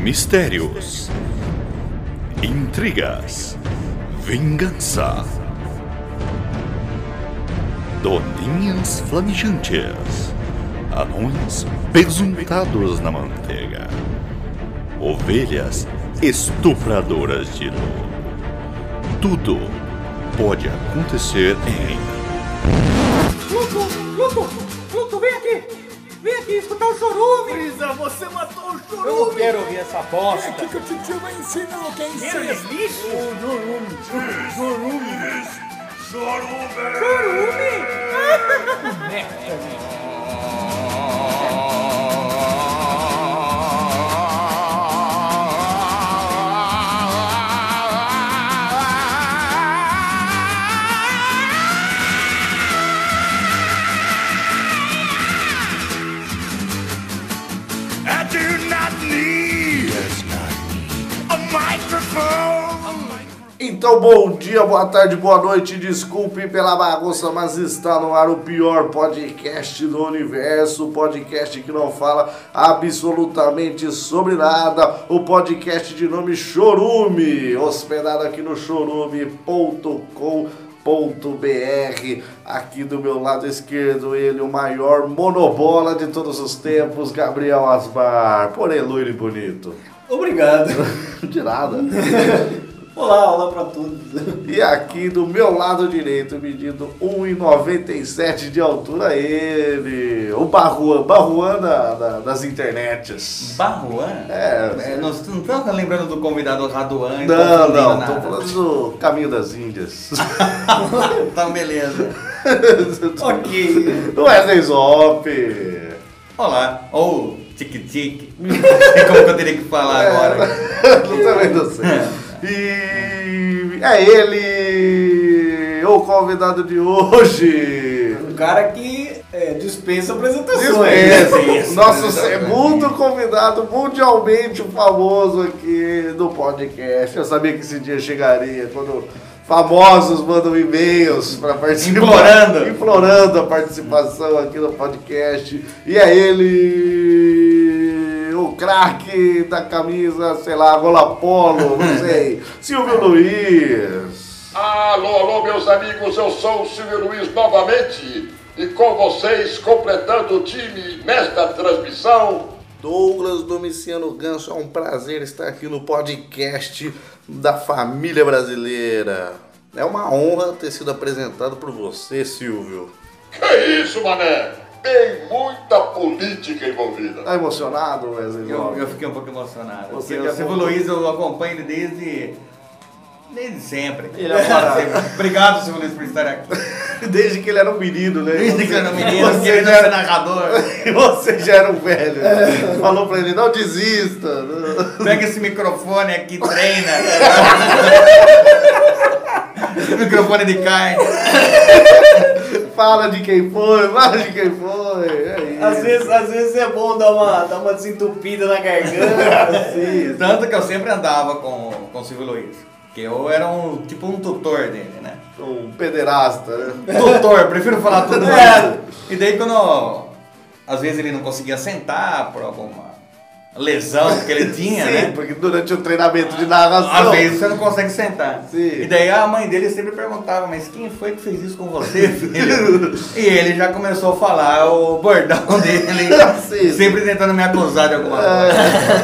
Mistérios, intrigas, vingança, doninhas flamejantes, anões pesuntados na manteiga, ovelhas estupradoras de luz. Tudo pode acontecer em... Pluto, vem aqui! Vem aqui escutar o chorume! Brisa, você matou o chorume! Eu não quero ouvir essa bosta! O que o tio vai ensinar o que é Menos ensino? lixo! Chorume! I do not need a microphone. Então, bom dia, boa tarde, boa noite, desculpe pela bagunça, mas está no ar o pior podcast do universo, o podcast que não fala absolutamente sobre nada, o podcast de nome Chorume, hospedado aqui no chorume.com.br. Aqui do meu lado esquerdo, ele, o maior monobola de todos os tempos, Gabriel Asbar, porém loiro e bonito. Obrigado. De nada. Olá pra todos. E aqui do meu lado direito, medindo 1,97 de altura, ele, o Barruan das internets. Barruan? Não estamos lembrando do convidado Raduan? Não, tô falando do Caminho das Índias. Então, beleza. Ok. Do Wesley Zop. Olá. Ou tique-tique. Não sei como que eu teria que falar agora. Também não sei. E é ele, o convidado de hoje. Um cara que dispensa apresentações. Dispensa. Nosso segundo convidado mundialmente famoso aqui do podcast. Eu sabia que esse dia chegaria quando famosos mandam e-mails para participar. Implorando a participação aqui no podcast. E é ele, o craque da camisa, sei lá, gola polo, não sei, Silvio Luiz. Alô, meus amigos, eu sou o Silvio Luiz novamente e com vocês, completando o time nesta transmissão, Douglas Domiciano Ganso, é um prazer estar aqui no podcast da família brasileira. É uma honra ter sido apresentado por você, Silvio. Que isso, mané? Tem muita política envolvida. Tá emocionado, Wesley? Eu fiquei um pouco emocionado. Você Porque que é o Silvio bom. Luiz, eu acompanho ele desde sempre. Ele é parado. Obrigado, Silvio Luiz, por estar aqui. Desde que ele era um menino, né? Desde que eu era um menino, Você querendo já ser narrador. Você já era um velho. Falou pra ele, não desista. Pega esse microfone aqui, treina. Microfone de carne. Fala de quem foi. É isso. Às vezes é bom dar uma desentupida na garganta. Assim. Tanto que eu sempre andava com o Silvio Luiz. Que eu era um tutor dele, né? Um pederasta, né? Tutor, prefiro falar tudo. E daí quando às vezes ele não conseguia sentar por alguma lesão que ele tinha, Sim, né? porque durante o treinamento de narração... Às vezes você não consegue sentar. Sim. E daí a mãe dele sempre perguntava, mas quem foi que fez isso com você, filho? E ele já começou a falar o bordão dele, Sim. sempre tentando me acusar de alguma coisa.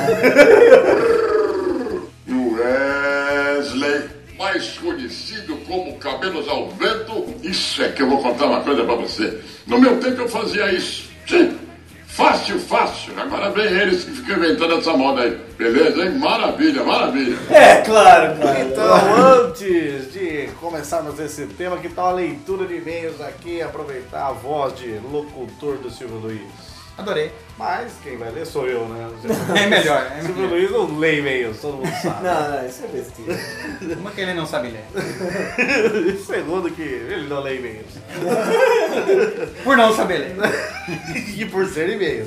Wesley, mais conhecido como Cabelos ao Vento. Isso é que eu vou contar uma coisa pra você. No meu tempo eu fazia isso. Sim. Fácil. Agora vem eles que ficam inventando essa moda aí. Beleza, hein? Maravilha. Claro. Então, antes de começarmos esse tema, que tal a leitura de e-mails aqui, aproveitar a voz de locutor do Silvio Luiz. Adorei. Mas quem vai ler sou eu, né? É melhor. Silvio Luiz não lê e-mails, todo mundo sabe. Não, isso é besteira. Como é que ele não sabe ler? Segundo que ele não lê e-mails. Por não saber ler. E por ser e-mails.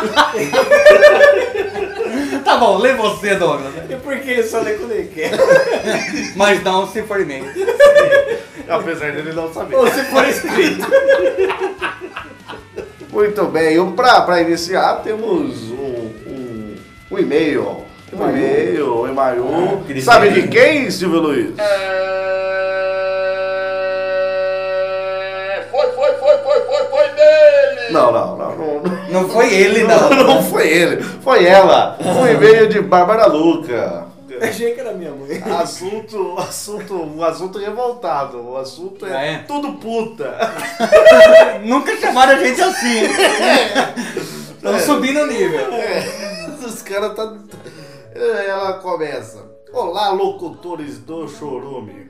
Tá bom, lê você, Douglas. E por que ele só lê quando ele quer? Mas não se for e-mail. Apesar dele não saber. Ou se for escrito. Muito bem, para iniciar temos um e-mail Um e-mail, Emayu. que Sabe dizer. de quem, Silvio Luiz? Foi dele! Não. Não foi ele, não. Não foi ele, foi ela. Um e-mail de Bárbara Luca. Achei que era minha mãe. Um assunto revoltado. O assunto é, Ah, é? tudo puta. Nunca chamaram a gente assim. Estamos subindo o nível. Os caras tá. Ela começa. Olá, locutores do Chorume.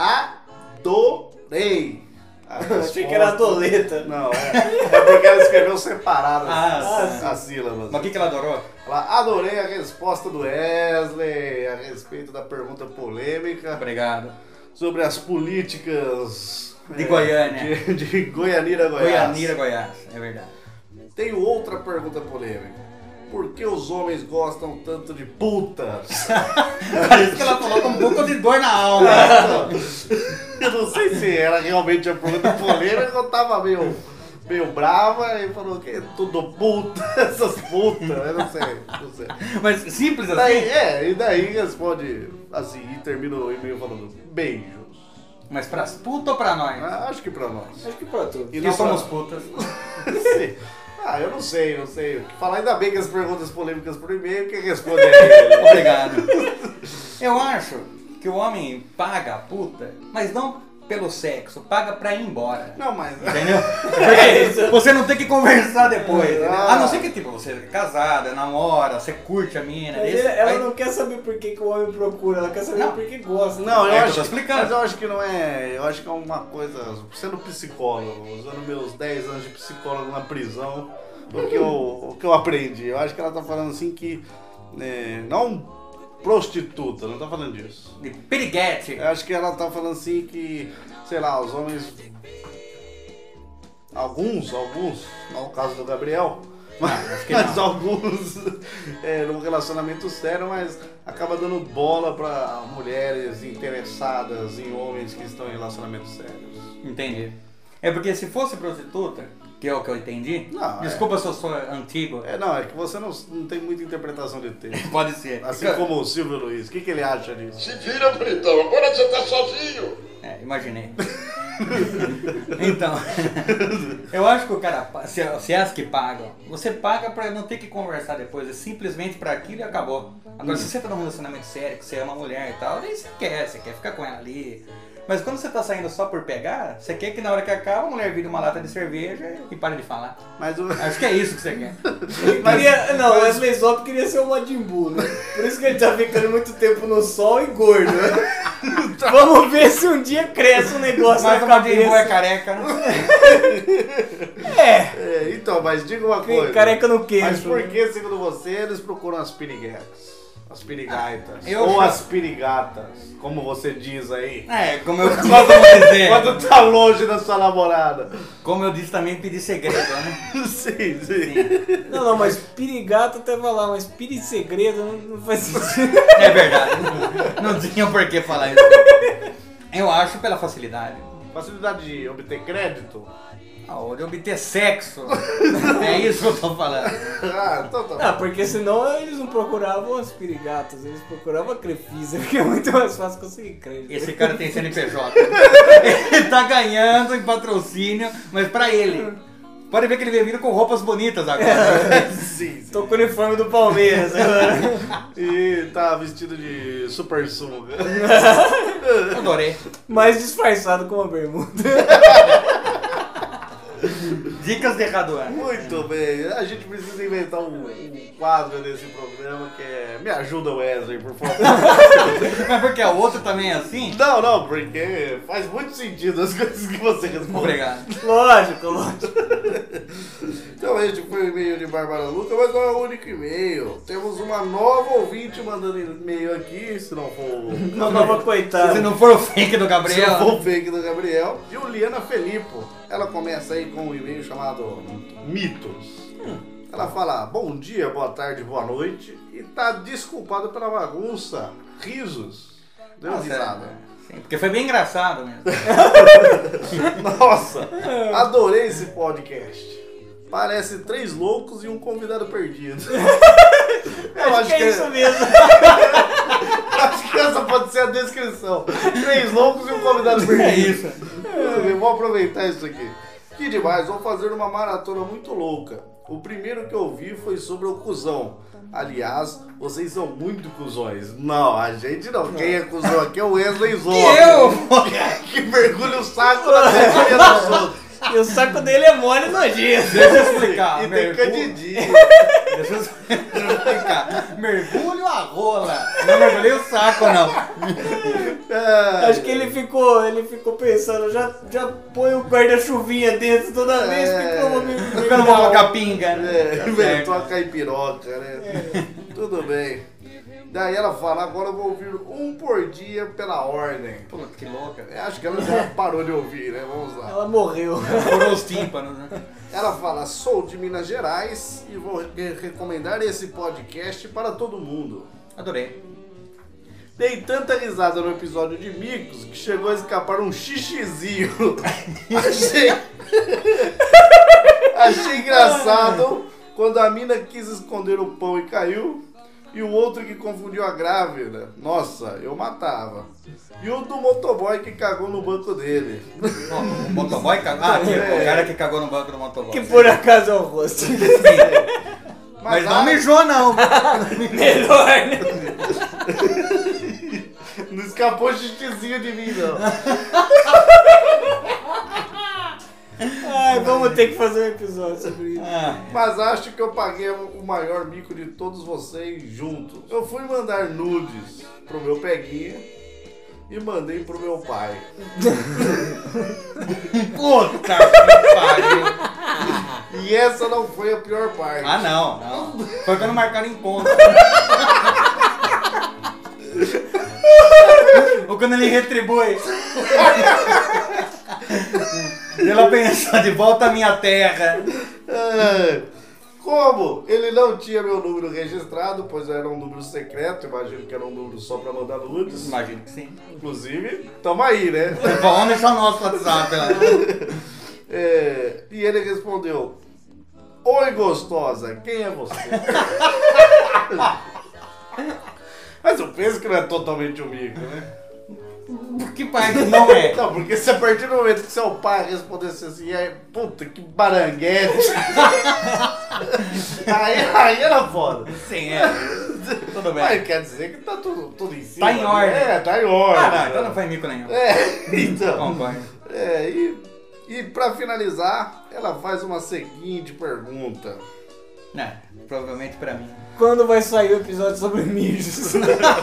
Adorei. Achei que era a doleta. Não, é porque ela escreveu separado Ah, as sílabas. Mas o que ela adorou? Ela adorei a resposta do Wesley a respeito da pergunta polêmica Obrigado. sobre as políticas De Goiânia. de Goianira, Goiás. Goianira, Goiás. É verdade. Tenho outra pergunta polêmica. Por que os homens gostam tanto de putas? Parece que ela falou com um pouco de dor na alma. Eu não sei se era realmente a pergunta polêmica ou tava meio brava e falou que é tudo puta, essas putas, eu não sei. Mas simples assim? E daí responde assim e termina o e-mail falando beijos. Mas pras putas ou pra nós? Acho que pra nós. Acho que pra tudo. E Que não somos pra- putas. Sim. Eu não sei o que falar. Ainda bem que as perguntas polêmicas por e-mail, quem responde é ele. Obrigado. Eu acho que o homem paga a puta, mas não pelo sexo, paga pra ir embora. Não, mas... Entendeu? Porque você não tem que conversar depois. Entendeu? A não ser que tipo, você é casada, namora, você curte a mina. Mas esse- ela aí- não quer saber por que que o homem procura, ela quer saber Não. por que gosta. Não, eu É que eu acho tô explicando. Mas eu acho que não é. Eu acho que é uma coisa. Sendo psicólogo, usando meus 10 anos de psicólogo na prisão, o que eu aprendi. Eu acho que ela tá falando assim que. Não prostituta, não tá falando disso. De piriguete. Eu acho que ela tá falando assim que, sei lá, os homens. Alguns, não é o caso do Gabriel. acho que Mas não. alguns num relacionamento sério, mas acaba dando bola pra mulheres interessadas em homens que estão em relacionamentos sérios. Entendi. É porque se fosse prostituta, que é o que eu entendi, Não, desculpa se eu sou antigo, É que você não tem muita interpretação de texto. pode ser. Assim como o Silvio Luiz. O que ele acha disso? Se vira, bonitão, agora você tá sozinho. Imaginei. Então, eu acho que o cara, se é as que pagam, você paga pra não ter que conversar depois, é simplesmente pra aquilo e acabou. Agora, se você tá num relacionamento sério, que você ama a mulher e tal, aí você quer ficar com ela ali. Mas quando você tá saindo só por pegar, você quer que na hora que acaba a mulher vire uma lata de cerveja e pare de falar. Mas o... Acho que é isso que você quer. Não, o Wesley Zop queria ser um Majin Buu, né? Por isso que ele tá ficando muito tempo no sol e gordo, né? Vamos ver se um dia cresce um negócio Mas na o Madinho é cabeça. careca, né? Então, mas diga uma coisa. Careca no queixo. Mas por que, segundo você, eles procuram as piriguetas? As pirigaitas. Eu Ou acho- as pirigatas, como você diz aí. Como eu costumo dizer. Quando tá longe da sua namorada. Como eu disse também, pedir segredo, né? Sim. Não, mas pirigata até vai lá, mas pirissegredo não faz sentido. É verdade. Não tinha por que falar isso. Eu acho pela facilidade. Facilidade de obter crédito? Ou de obter sexo. É isso que eu tô falando. Então tá. Ah, porque senão eles não procuravam as pirigatas, eles procuravam a Crefisa, porque é muito mais fácil conseguir crédito. Esse cara tem CNPJ. Ele tá ganhando em patrocínio, mas pra ele. Pode ver que ele vem vindo com roupas bonitas agora. Sim. Tô com o uniforme do Palmeiras agora. E tá vestido de super sunga. Adorei. Mais disfarçado com uma bermuda. Dicas de Raduan. Muito bem. A gente precisa inventar um quadro nesse programa que é Me Ajuda Wesley, por favor. Mas porque a outra também é assim? Não, porque faz muito sentido as coisas que você responde. Obrigado. Lógico. Então este foi o e-mail de Bárbara Luca, mas não é o único e-mail. Temos uma nova ouvinte mandando e-mail aqui, se não for... Uma nova coitada. Se não for o fake do Se Gabriel. não for o fake do Gabriel. Juliana Felipo. Ela começa aí com um e-mail chamado Mitos. Ela fala, bom dia, boa tarde, boa noite. E tá desculpada pela bagunça. Risos. Deu Nossa, risada. Sim, porque foi bem engraçado mesmo. Nossa, adorei esse podcast. Parece 3 loucos e um convidado perdido. Eu Acho que é isso mesmo. Acho que essa pode ser a descrição. 3 loucos e um convidado perdido. É isso. Eu vou aproveitar isso aqui. Que demais, vou fazer uma maratona muito louca. O primeiro que eu vi foi sobre o cuzão. Aliás, vocês são muito cuzões. Não, a gente não. Quem é cuzão aqui é o Wesley Zop. Que mergulha o saco na cabeça dos outros. E o saco dele é mole e nojento. Deixa eu explicar. E tem candidinho. Deixa eu explicar. Mergulho a rola. Não mergulhei o saco, não. Acho que ele ficou pensando, já põe o guarda-chuvinha dentro toda vez, ficou Eu não vou colocar pinga, né? Tá Inventou certo. a caipiroca, né? Tudo bem. Daí ela fala, agora eu vou ouvir um por dia pela ordem. Pô, que louca. Acho que ela já parou de ouvir, né? Vamos lá. Ela morreu. Furou os tímpanos, né? Ela fala, sou de Minas Gerais e vou recomendar esse podcast para todo mundo. Adorei. Dei tanta risada no episódio de Micos que chegou a escapar um xixizinho. Achei engraçado quando a mina quis esconder o pão e caiu. E o outro que confundiu a grávida. Nossa, eu matava. E o do motoboy que cagou no banco dele. O motoboy cagou? Ah, o cara que cagou no banco do motoboy. Que por acaso é o rosto. Mas não mijou, não. Melhor, né? Não escapou xixizinho de mim, não. Ai, vamos ter que fazer um episódio sobre isso. Mas acho que eu paguei o maior mico de todos vocês juntos. Eu fui mandar nudes pro meu peguinha e mandei pro meu pai. Puta que pariu. E essa não foi a pior parte. Ah, não. Foi quando marcaram encontro. Ou quando ele retribui. Ela pensa, de volta à minha terra. Como ele não tinha meu número registrado, pois era um número secreto, imagino que era um número só pra mandar nudes. Imagino que sim. Inclusive, tamo aí, né? Vamos deixar o nosso WhatsApp lá. E ele respondeu: oi, gostosa, quem é você? Mas eu penso que não é totalmente um mico, né? Que parte não é? Não, porque se a partir do momento que seu pai respondesse assim, puta, que baranguete. aí era foda. Sim, é. Tudo bem. Mas quer dizer que tá tudo em cima. Tá em ordem. Tá em ordem. Ah, não, então não foi mico nenhum. Então. Concordo. E pra finalizar, ela faz uma seguinte pergunta. Provavelmente pra mim. Quando vai sair o episódio sobre mijos?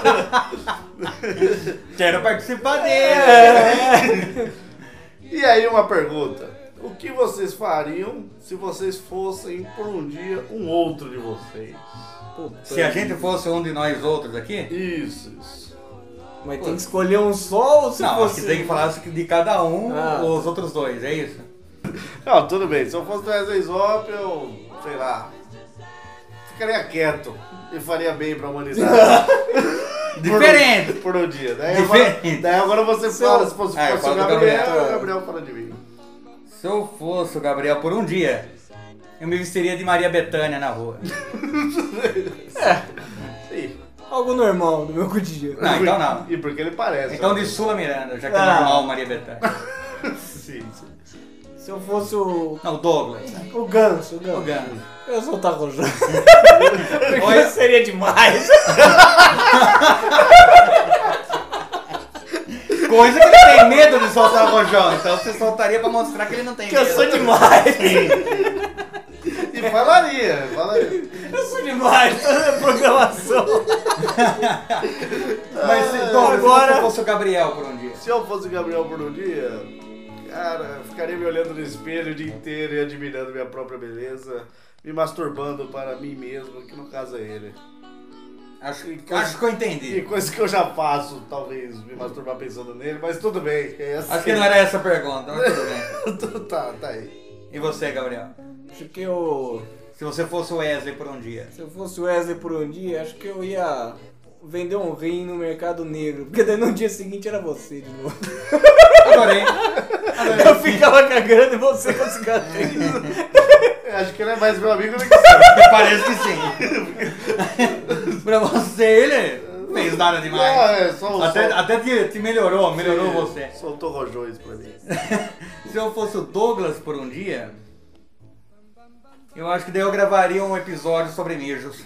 Quero participar dele. E aí uma pergunta. O que vocês fariam se vocês fossem por um dia um outro de vocês? Se a gente fosse um de nós outros aqui? Isso. Mas tem que escolher um só ou se Não, fosse... acho que tem que falar de cada um os outros dois, é isso? Não, tudo bem. Se eu fosse do Wesley Zop, eu, sei lá, ficaria quieto e faria bem pra humanidade. Diferente. Por um dia. Diferente. Daí agora você fala, se fosse eu o falo do Gabriel, o Gabriel fala de mim. Se eu fosse o Gabriel por um dia, eu me vestiria de Maria Bethânia na rua. Sim. Algo normal no meu cotidiano. Não, então não. E porque ele parece. Então né? de Sula Miranda, já que é normal Maria Bethânia. Sim. Se eu fosse o... Não, o Douglas. O Ganso. O Ganso. Eu sou o Tarrojão. Olha, Seria demais. coisa que ele tem medo de soltar o rojão, então você soltaria pra mostrar que ele não tem Que medo. eu sou demais. E falaria. Eu sou demais. Toda a programação. Mas Douglas, agora- se você fosse o Gabriel por um dia. Se eu fosse o Gabriel por um dia, cara, eu ficaria me olhando no espelho o dia inteiro e admirando minha própria beleza, me masturbando para mim mesmo, que no caso é ele. Acho que eu E entendi. coisa que eu já faço, talvez, me masturbar pensando nele, mas tudo bem. É assim. Acho que não era essa a pergunta, mas tudo bem. Tá aí. E você, Gabriel? Acho que eu... Se você fosse o Wesley por um dia. Se eu fosse o Wesley por um dia, acho que eu ia vender um rim no mercado negro. Porque daí no dia seguinte era você de novo. Adorei. Eu ficava cagando e você com cicatriz. Acho que ele é mais meu amigo do que você. Parece que sim. Pra você, ele não fez nada demais. Não, é só Até te melhorou você. Soltou rojões pra mim. Se eu fosse o Douglas por um dia, eu acho que daí eu gravaria um episódio sobre mijos.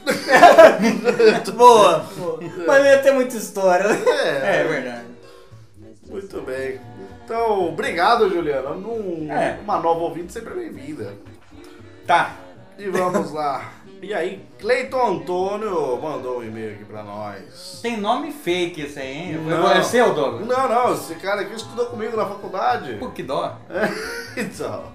Boa. Mas não ia ter muita história. É verdade. Muito bem. Então, obrigado, Juliana. Uma nova ouvinte sempre é bem-vinda. Tá. E vamos lá. E aí, Cleiton Antônio mandou um e-mail aqui pra nós. Tem nome fake esse aí, hein? Não. É seu, Douglas? Não, esse cara aqui estudou comigo na faculdade. Pô, que dó. Então,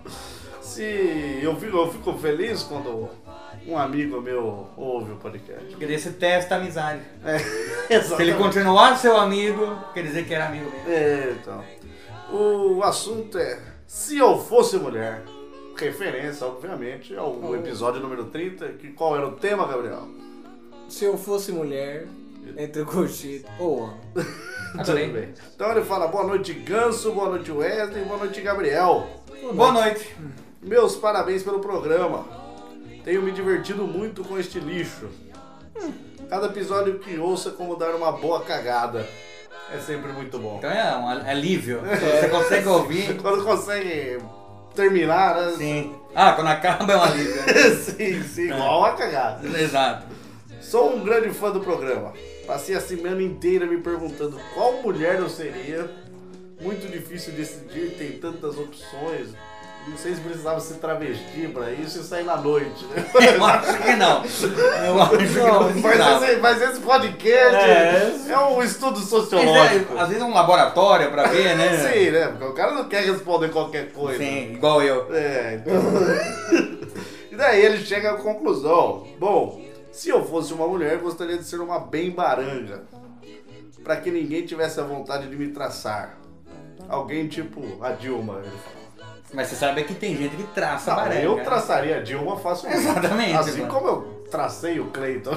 eu fico feliz quando um amigo meu ouve o podcast. Porque daí você testa a amizade. Se Exatamente. ele continuar seu amigo, quer dizer que era amigo mesmo. Então, o assunto é Se Eu Fosse Mulher. Referência, obviamente, ao episódio número 30. Qual era o tema, Gabriel? Se eu fosse mulher, entre o cochito ou homem. Adorei. Tudo bem. Então ele fala, boa noite Ganso, boa noite Wesley, boa noite Gabriel. Boa noite. Meus parabéns pelo programa. Tenho me divertido muito com este lixo. Cada episódio que ouço é como dar uma boa cagada. É sempre muito bom. Então é um alívio. Você consegue ouvir. Quando consegue terminar, né? Sim. Ah, quando acaba é um alívio. sim, igual a cagada. Exato. Sou um grande fã do programa. Passei a semana inteira me perguntando qual mulher eu seria. Muito difícil decidir, tem tantas opções. Não sei se precisava se travestir pra isso e sair na noite. Né? Eu acho que não. Eu acho que não precisava. Mas esse podcast é um estudo sociológico. Às vezes é um laboratório pra ver, né? Sim, né? Porque o cara não quer responder qualquer coisa. Sim, igual eu. Então... E daí ele chega à conclusão. Bom, se eu fosse uma mulher, gostaria de ser uma bem baranga. Pra que ninguém tivesse a vontade de me traçar. Alguém tipo a Dilma, ele fala. Mas você sabe que tem gente que traça Não, baranga. eu traçaria a Dilma facilmente. Exatamente. Assim mano. como eu tracei o Cleiton.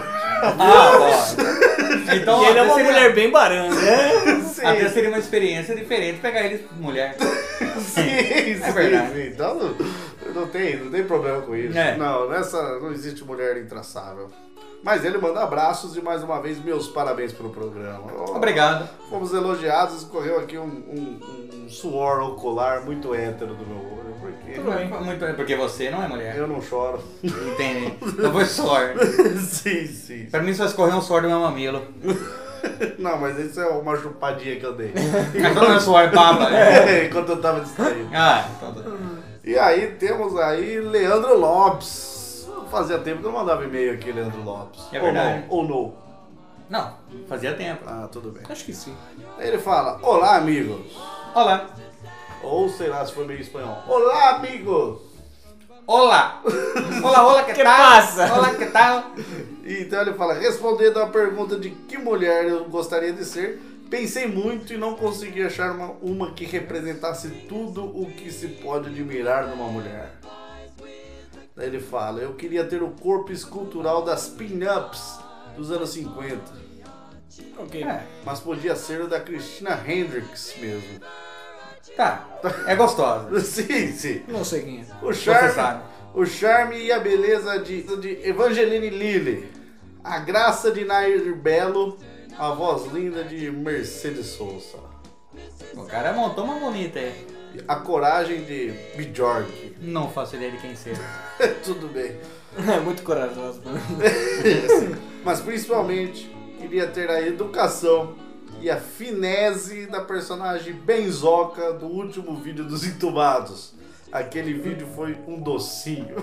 Ó. Então, E ele é uma seria- mulher bem baranga. Sim, Até seria uma experiência diferente pegar ele mulher. sim, É verdade. sim. Então não tem problema com isso. É. Não existe mulher intraçável. Mas ele manda abraços e mais uma vez meus parabéns pelo programa. Obrigado. Fomos elogiados e correu aqui um suor ocular muito hétero do meu olho. Porque Muito, porque você não é mulher. eu não choro. Entende? Não foi suor. sim. Pra mim só escorreu um suor do meu mamilo. Não, mas isso é uma chupadinha que eu dei. Mas não é suor baba. Enquanto eu tava distraído. Ah, então. E aí temos aí Leandro Lopes. Fazia tempo que eu não mandava e-mail aqui, Leandro Lopes. É verdade. Ou não. Não, fazia tempo. Ah, tudo bem. Acho que sim. Aí ele fala, olá amigos. Olá. Ou sei lá se foi meio espanhol. Olá amigos. Olá. Olá, que Que tal? passa? Olá, que tal? Então ele fala, respondendo a pergunta de que mulher eu gostaria de ser, pensei muito e não consegui achar uma que representasse tudo o que se pode admirar numa mulher. Daí ele fala, eu queria ter o corpo escultural das pin-ups dos anos 50. Ok. Mas podia ser o da Christina Hendricks mesmo. Tá. É gostosa. Sim. Não sei quem é. Você sabe. O charme e a beleza de Evangeline Lilly. A graça de Nair Belo. A voz linda de Mercedes Sosa. O cara montou uma bonita aí. A coragem de Bjork. Não faço ideia de quem seja. Tudo bem. É muito corajoso. Mas principalmente, queria ter a educação e a finese da personagem Benzoca do último vídeo dos Entubados. Aquele vídeo foi um docinho.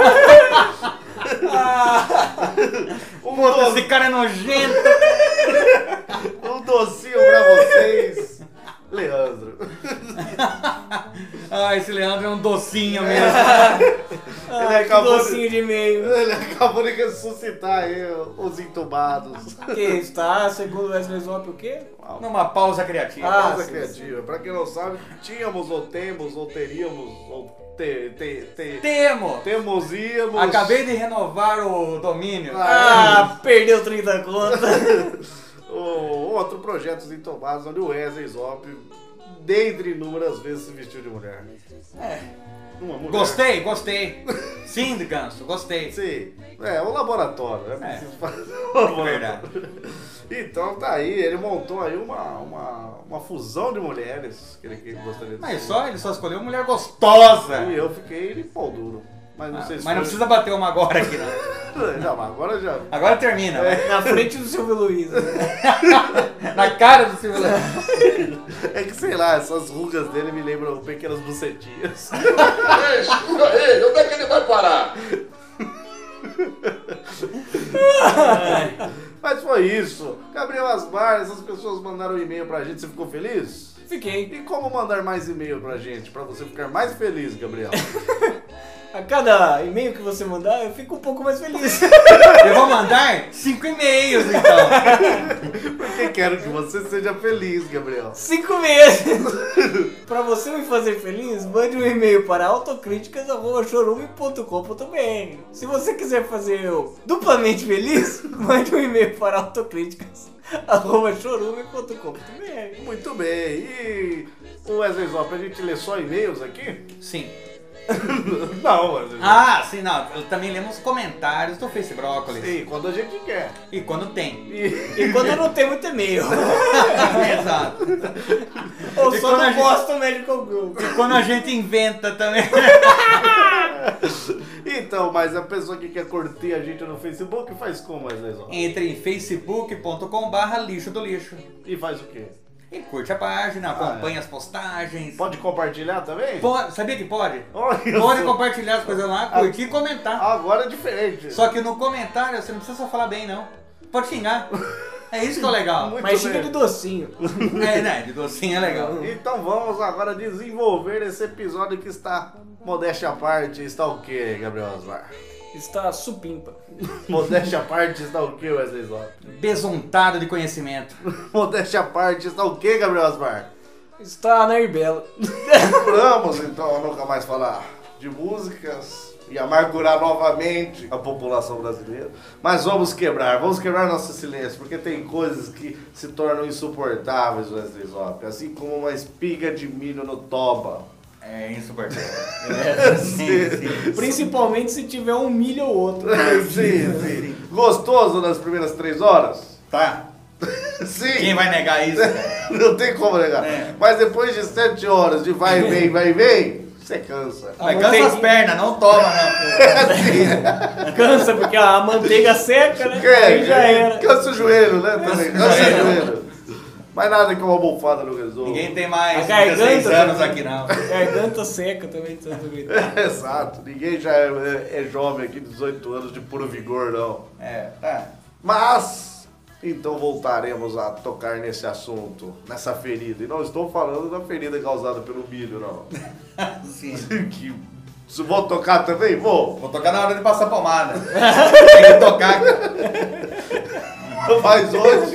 Esse cara é nojento. Um docinho pra vocês, Leandro. Ah, esse Leandro é um docinho mesmo. Ele acabou Docinho de meio. Ele acabou de ressuscitar aí os Entubados. Que está, segundo Wesley Zop, o quê? Numa pausa criativa. Pausa sim, criativa. Pra quem não sabe, tínhamos ou temos ou teríamos ou Temo. íamos. Acabei de renovar o domínio. Ah, perdeu 30 contas. O outro projeto Entubados, onde o Wesley Zop dentre inúmeras vezes se vestiu de mulher. Uma mulher. Gostei. Sim, Ganso, gostei. Sim, um laboratório, né? É. Preciso fazer um laboratório. Verdade. Então tá aí, ele montou aí uma fusão de mulheres que ele gostaria de Mas ser. ele só escolheu uma mulher gostosa. E eu fiquei de pau duro. Mas não sei se Mas não foi- precisa bater uma agora aqui, não. Não, mas agora já. Agora termina. Na frente do Silvio Luiz. Na cara do Silvio. É que sei lá, essas rugas dele me lembram pequenas bucetinhas. Ei, escuta ele, onde é que ele vai parar? Mas foi isso. Gabriel Asmar, essas pessoas mandaram um e-mail pra gente, você ficou feliz? Fiquei. E como mandar mais e-mail pra gente, pra você ficar mais feliz, Gabriel? A cada e-mail que você mandar, eu fico um pouco mais feliz. Eu vou mandar 5 e-mails, então. Porque quero que você seja feliz, Gabriel. 5 meses. Pra você me fazer feliz, mande um e-mail para autocríticas@chorume.com.br. Se você quiser fazer eu duplamente feliz, mande um e-mail para autocríticas@chorume.com.br. Muito bem. E o Wesley Zó, pra gente ler só e-mails aqui? Sim. Não, Wesley Zó. Ah, sim, não. Eu também lemos comentários do Face Brócolis. Sim, quando a gente quer. E quando tem. E quando não tem muito e-mail. Exato. Ou E só quando a no gente- Boston Medical Group. E quando a gente inventa também. Então, mas a pessoa que quer curtir a gente no Facebook faz como, Wesley Zó? Entre em facebook.com/lixo do lixo. E faz o quê? E curte a página, acompanha as postagens. Pode compartilhar também? Sabia que pode? Olha Pode só. compartilhar as coisas lá, curtir e comentar. Agora é diferente. Só que no comentário você não precisa só falar bem, não. Pode xingar. É isso que é o legal. Muito Mas bem. xinga de docinho. Né? De docinho é legal. Então vamos agora desenvolver esse episódio que está, modéstia à parte, está o quê, Gabriel Asmar? Está supimpa. Modéstia à parte está o quê, Wesley Zó? Besuntado de conhecimento. Modéstia à parte está o quê, Gabriel Asmar? Está na Irbela. Vamos então nunca mais falar de músicas e amargurar novamente a população brasileira. Mas vamos quebrar nosso silêncio, porque tem coisas que se tornam insuportáveis, Wesley Zop, assim como uma espiga de milho no toba. É insuportável. Sim. Principalmente se tiver um milho ou outro. Sim. Gostoso nas primeiras 3 horas? Tá? Sim. Quem vai negar isso? Não tem como negar. É. Mas depois de 7 horas de vai e vem, você cansa. Mas cansa as pernas, não toma, não. Cansa, porque a manteiga seca, né? Aí já era. Cansa o joelho, né? Também. Cansa o joelho. Mas nada que uma almofada não resolva. Ninguém tem mais A garganta 16 anos também. aqui, não. Garganta seca também, tanto gritar. Exato. Ninguém já é jovem aqui, 18 anos, de puro vigor, não. É, tá. Mas, então voltaremos a tocar nesse assunto, nessa ferida. E não estou falando da ferida causada pelo milho, não. Sim. Que, vou tocar também? Vou. Vou tocar na hora de passar pomada. Tem que tocar. Mas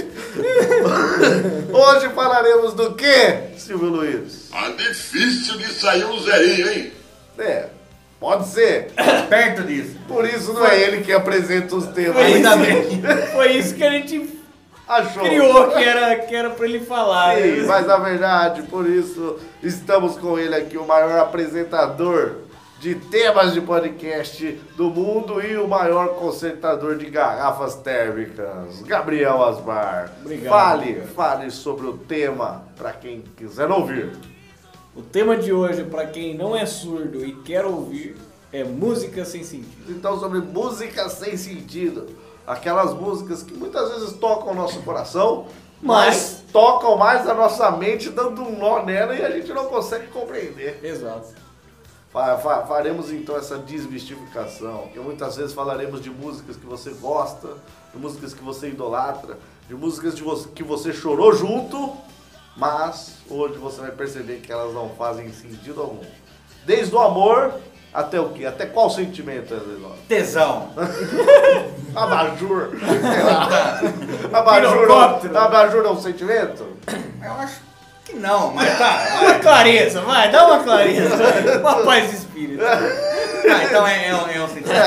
hoje falaremos do quê, Silvio Luiz? Tá difícil de sair um zerinho, hein? Pode ser. Perto disso. Por isso não é ele que apresenta os temas. Ainda bem. Foi isso que a gente Achou. criou, que era pra ele falar. Sim, né? mas na verdade, por isso estamos com ele aqui, o maior apresentador de temas de podcast do mundo e o maior consertador de garrafas térmicas, Gabriel Asmar. Obrigado. Fale sobre o tema para quem quiser ouvir. O tema de hoje, pra quem não é surdo e quer ouvir, é música sem sentido. Então, sobre música sem sentido. Aquelas músicas que muitas vezes tocam o nosso coração, mas tocam mais a nossa mente, dando um nó nela e a gente não consegue compreender. Exato. Faremos então essa desmistificação, que muitas vezes falaremos de músicas que você gosta, de músicas que você idolatra, de músicas que você chorou junto, mas hoje você vai perceber que elas não fazem sentido algum. Desde o amor até o quê? Até qual sentimento, Wesley? Tesão. Abajur. Sei lá. Abajur é um sentimento? Eu acho que não, mas tá. Uma clareza, vai, dá uma clareza. Uma paz de espírito. Ah, então é um sentimento.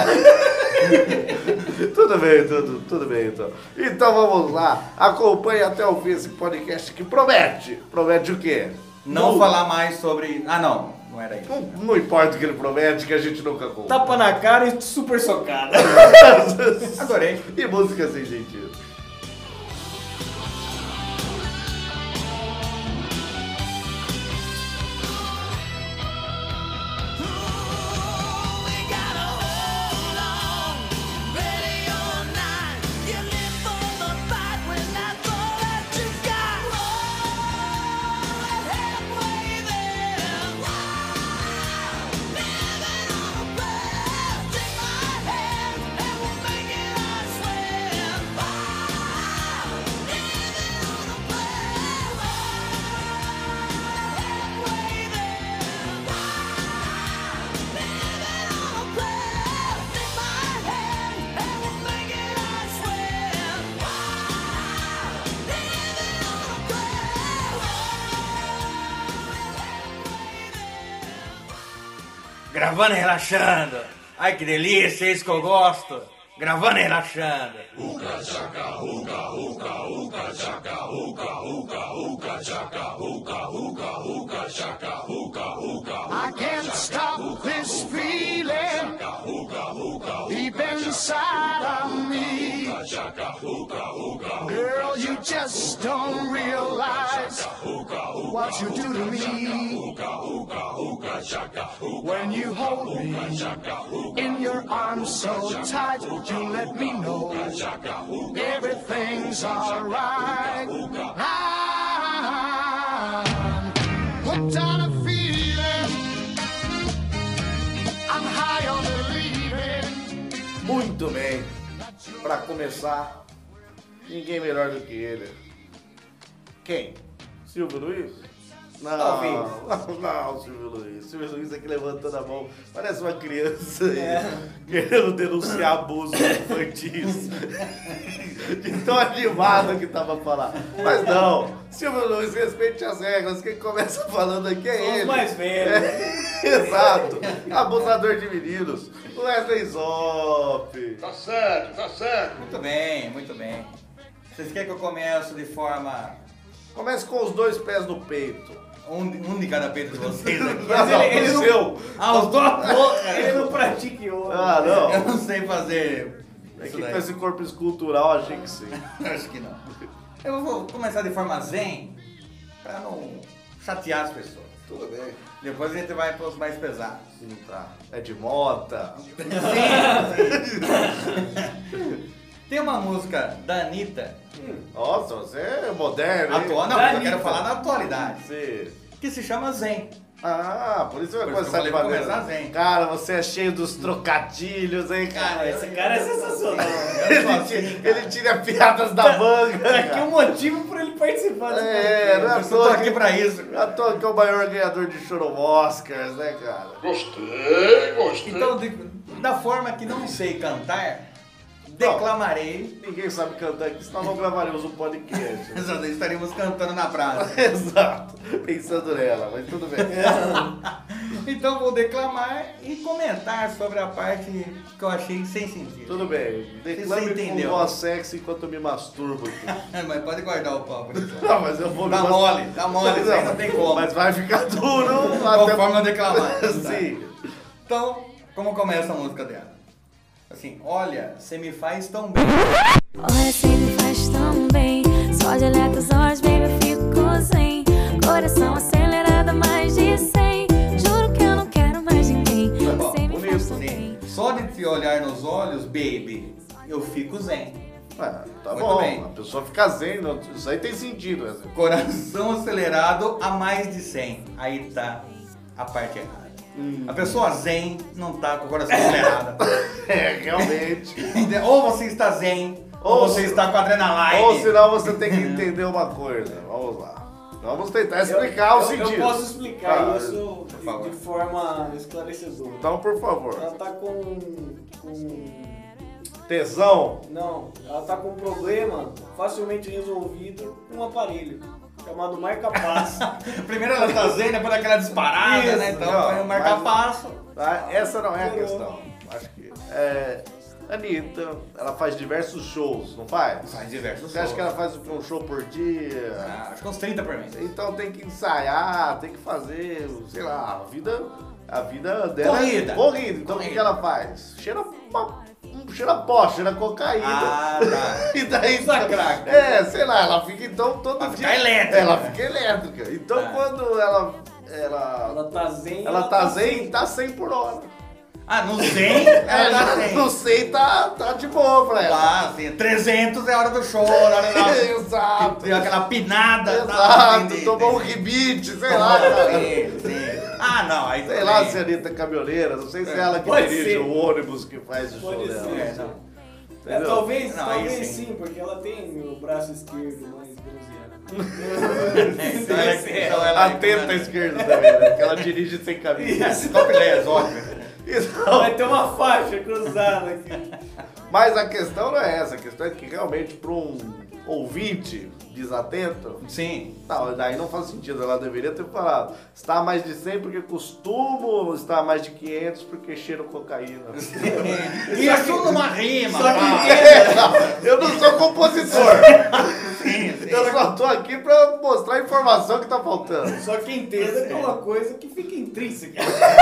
Tudo bem então. Então vamos lá, acompanhe até o fim esse podcast que promete. Promete o quê? não falar mais sobre... Ah, não era isso. Não importa o que ele promete, que a gente nunca conta. Tapa na cara e super socada. Adorei. E música sem sentido. Gravando e relaxando. Ai, que delícia, é isso que eu gosto. Gravando e relaxando. I can't stop this feeling deep inside of me. Girl, you just don't realize what you do to me. When you hold me in your arms so tight, you let me know everything's alright. I'm hooked on a feeling, I'm high on believing. Muito bem. Pra começar, ninguém melhor do que ele. Quem? Silvio Luiz? Não, Silvio Luiz. Silvio Luiz aqui levantando a mão. Parece uma criança querendo denunciar abusos infantis. De tão animado que tava falando. Mas não, Silvio Luiz, respeite as regras. Quem começa falando aqui é ele. Os mais velhos. Exato. Abusador de meninos. Wesley Zop. Tá certo, tá certo. Muito bem, muito bem. Vocês querem que eu comece de forma... Comece com os dois pés no peito. Um de cada peito de vocês aqui. ele o não- seu. Ah, os dois? Porra, Ele não pratica yoga. Ah, não. Eu não sei fazer É isso que daí. com esse corpo escultural, achei que sim. Acho que não. Eu vou começar de forma zen, pra não chatear as pessoas. Tudo bem. Depois a gente vai para os mais pesados. Tá. É de Mota. Tem uma música da Anitta, Nossa, você é moderno, hein? atual, não, Da eu quero Anitta. falar da atualidade, Você... que se chama Zen. Ah, por isso vai Por isso começar que eu de falei pra maneira. começar zen. Cara, você é cheio dos trocadilhos, hein, cara? Esse cara é sensacional. Ele tira piadas da manga. Tá aqui cara. um motivo pra ele participar desse É, não é à Eu tô toa aqui que... pra isso. À toa que é o maior ganhador de Chorão Oscars, né, cara? Gostei, gostei. Então, da forma que não sei cantar, declamarei. Ninguém sabe cantar aqui, senão não gravaremos um podcast. Nós estaríamos cantando na praça. Exato, pensando nela, mas tudo bem. Então vou declamar e comentar sobre a parte que eu achei sem sentido. Tudo bem, declame com entendeu. voz sexy enquanto eu me masturbo aqui. Mas pode guardar o pau, por isso. Não, mas eu vou Tá me mole, tá mole, isso aí não tem como. Mas vai ficar duro Conforme eu declamar. Sim. Então, como começa a música dela? Assim, olha, você me faz tão bem. Olha, você me faz tão bem. Só de olhar teus olhos, baby, eu fico zen. Coração acelerado, mais de 100. Juro que eu não quero mais ninguém. bom, Você me faz tão Sim. bem. Só de te olhar nos olhos, baby, eu fico zen. Ah, tá Muito bom, bem. a pessoa fica zen, não- isso aí tem sentido. Né? Coração acelerado a mais de 100. Aí tá a parte errada. A pessoa zen não tá com o coração acelerado. É, realmente. Ou você está zen, ou você está com adrenalina. Ou senão você tem que entender uma coisa. Vamos lá. Vamos tentar explicar o sentido. Eu posso explicar Ah, isso favor. de forma esclarecedora. Então, por favor. Ela tá com Tesão. Não, ela tá com um problema facilmente resolvido com um aparelho chamado marca-passo. Primeiro ela tá zen, depois daquela disparada, Isso, né? Então não, põe o marca-passo. Tá? Essa não é a Melhorou. questão. Acho que Anitta, ela faz diversos shows, não faz? Faz diversos Você acha shows. que ela faz um show por dia? Acho que uns 30 por mês. Então tem que ensaiar, tem que fazer, sei lá, a vida dela Corrida. é corrida. Então o que ela faz? Cheira pó, cheira cocaína. Ah, tá. E daí Usa crack. sei lá, ela fica então todo Ela dia. fica elétrica. Ela fica elétrica. Então Ah. quando Ela tá zen. ela tá zen, tá 100 por hora. Ah, no 100, ela tá 100. No 100 tá de boa pra ela. Lá, assim, 300 é hora do show, hora Exato. deu aquela pinada. Exato, tomou um ribite, sei lá, cara. Sim. Ah, não, aí Sei lá se a Anitta é caminhoneira, não sei se é ela que Pode dirige ser. o ônibus que faz o show Pode dela. ser. É, não. Entendeu? Talvez, Não, aí talvez sim. sim, porque ela tem o braço esquerdo mais bronzeado. Então ela Atenta à esquerda também, né? Que ela dirige sem camisa. Topless, óbvio. Então, Vai ter uma faixa cruzada aqui. mas a questão não é essa, a questão é que realmente para um ouvinte desatento, Sim. não, daí não faz sentido, ela deveria ter falado, está a mais de 100 porque costumo, está a mais de 500 porque cheiro cocaína. Isso numa rima. Só que pá. Eu não sou compositor, Sim. eu só tô aqui para mostrar a informação que tá faltando. Só que entenda que é uma coisa que fica intrínseca.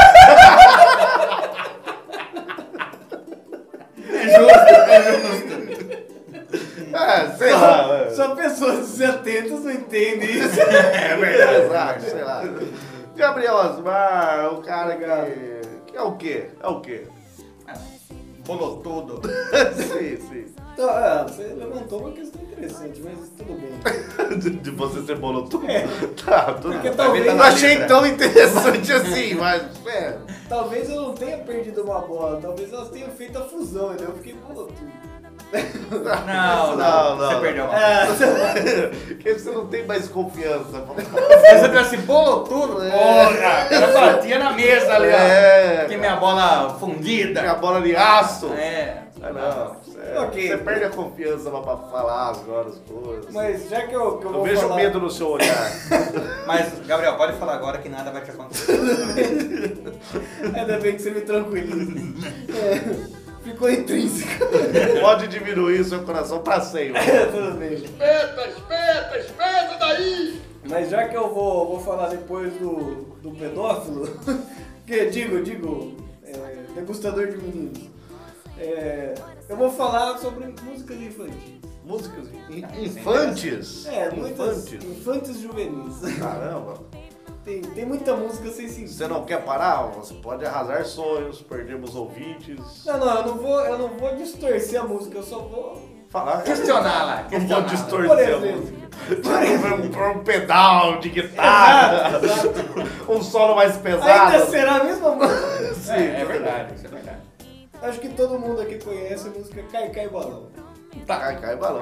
É justo. Sei lá. Só pessoas desatentas não entendem isso. É verdade. Exato, sei lá. Gabriel Osmar, o cara que é o quê? É o quê? Rolou tudo. Sim. Então, você levantou uma questão interessante, mas tudo bem. De você ser bolotudo? Tá, tudo Porque bem. talvez- Eu não achei tão interessante assim, mas. Talvez eu não tenha perdido uma bola, talvez elas tenham feito a fusão, entendeu? Eu fiquei tudo. Não. Você perdeu uma. Porque você não tem mais confiança. Você viu assim, bolou tudo? Porra! Ela batia na mesa ali, ó. Que minha bola fundida. Minha bola de aço. É. Ah, não. Ok. Você perde a confiança pra falar agora as coisas. Mas já que eu Eu vou vejo falar... medo no seu olhar. Mas, Gabriel, pode falar agora que nada vai te acontecer. Ainda bem que você me tranquiliza. Ficou intrínseco. Pode diminuir o seu coração pra sempre. Tudo bem. Espeta daí! Mas já que eu vou falar depois do pedófilo, que digo, degustador de meninos, eu vou falar sobre músicas infantis. Músicas infantes? Muitas infantes juvenis. Caramba. Tem muita música sem sentido. Você não quer parar? Você pode arrasar sonhos, perdemos ouvintes. Não, eu não vou distorcer a música, eu só vou... Falar. Questionar lá. Não vou Por distorcer a exemplo. música. Por um pedal de guitarra. Exato. Um solo mais pesado. Ainda será a mesma música. Sim, É verdade, isso é verdade. Acho que todo mundo aqui conhece a música Cai Cai Balão. Cai balão.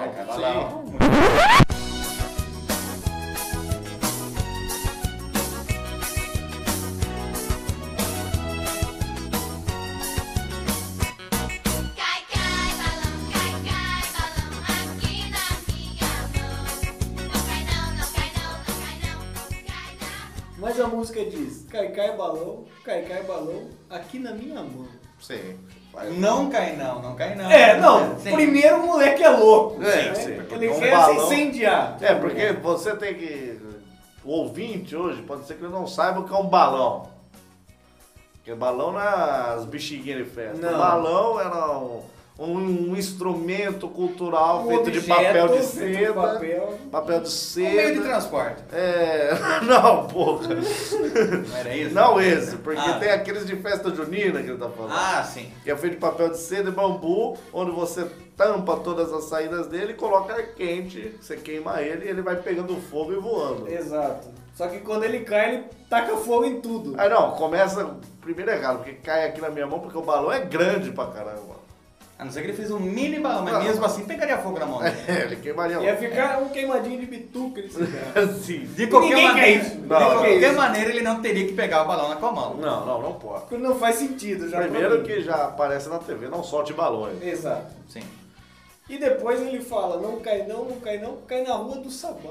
Cai, cai, balão aqui na minha mão. Não cai não, não cai não, não cai não, cai não. Mas a música diz Cai Cai Balão aqui na minha mão. Sim. Não cai não, não cai não. Sim. Primeiro o moleque é louco. É, né? sim, Porque porque ele um quer balão- se incendiar. É, porque você tem que... O ouvinte hoje pode ser que ele não saiba o que é um balão. Porque balão não é as bexiguinhas de festa. Não. O balão era um instrumento cultural Um feito de objeto papel de feito de seda. papel. Papel de Um meio de seda. transporte. Não, porra. Não era isso? Não esse, porque Ah. tem aqueles de festa junina que ele tá falando. Ah, sim. Que é feito de papel de seda e bambu, onde você tampa todas as saídas dele e coloca ar quente, você queima ele e ele vai pegando fogo e voando. Exato. Só que quando ele cai, ele taca fogo em tudo. Aí não, começa primeiro errado, porque cai aqui na minha mão porque o balão é grande pra caramba. A não ser que ele fez um mini balão, mas mesmo assim pegaria fogo na mão dele. Ele queimaria a Ia mão. ficar um queimadinho de bituca nesse cara. Sim. De qualquer Ninguém quer maneira, isso. de Não, qualquer isso. maneira ele não teria que pegar o balão com a mão. Não pode. Porque não faz sentido já. Primeiro pra mim. que já aparece na TV, não solte balões. Exato. Sim. E depois ele fala, não cai não, cai na rua do sabão.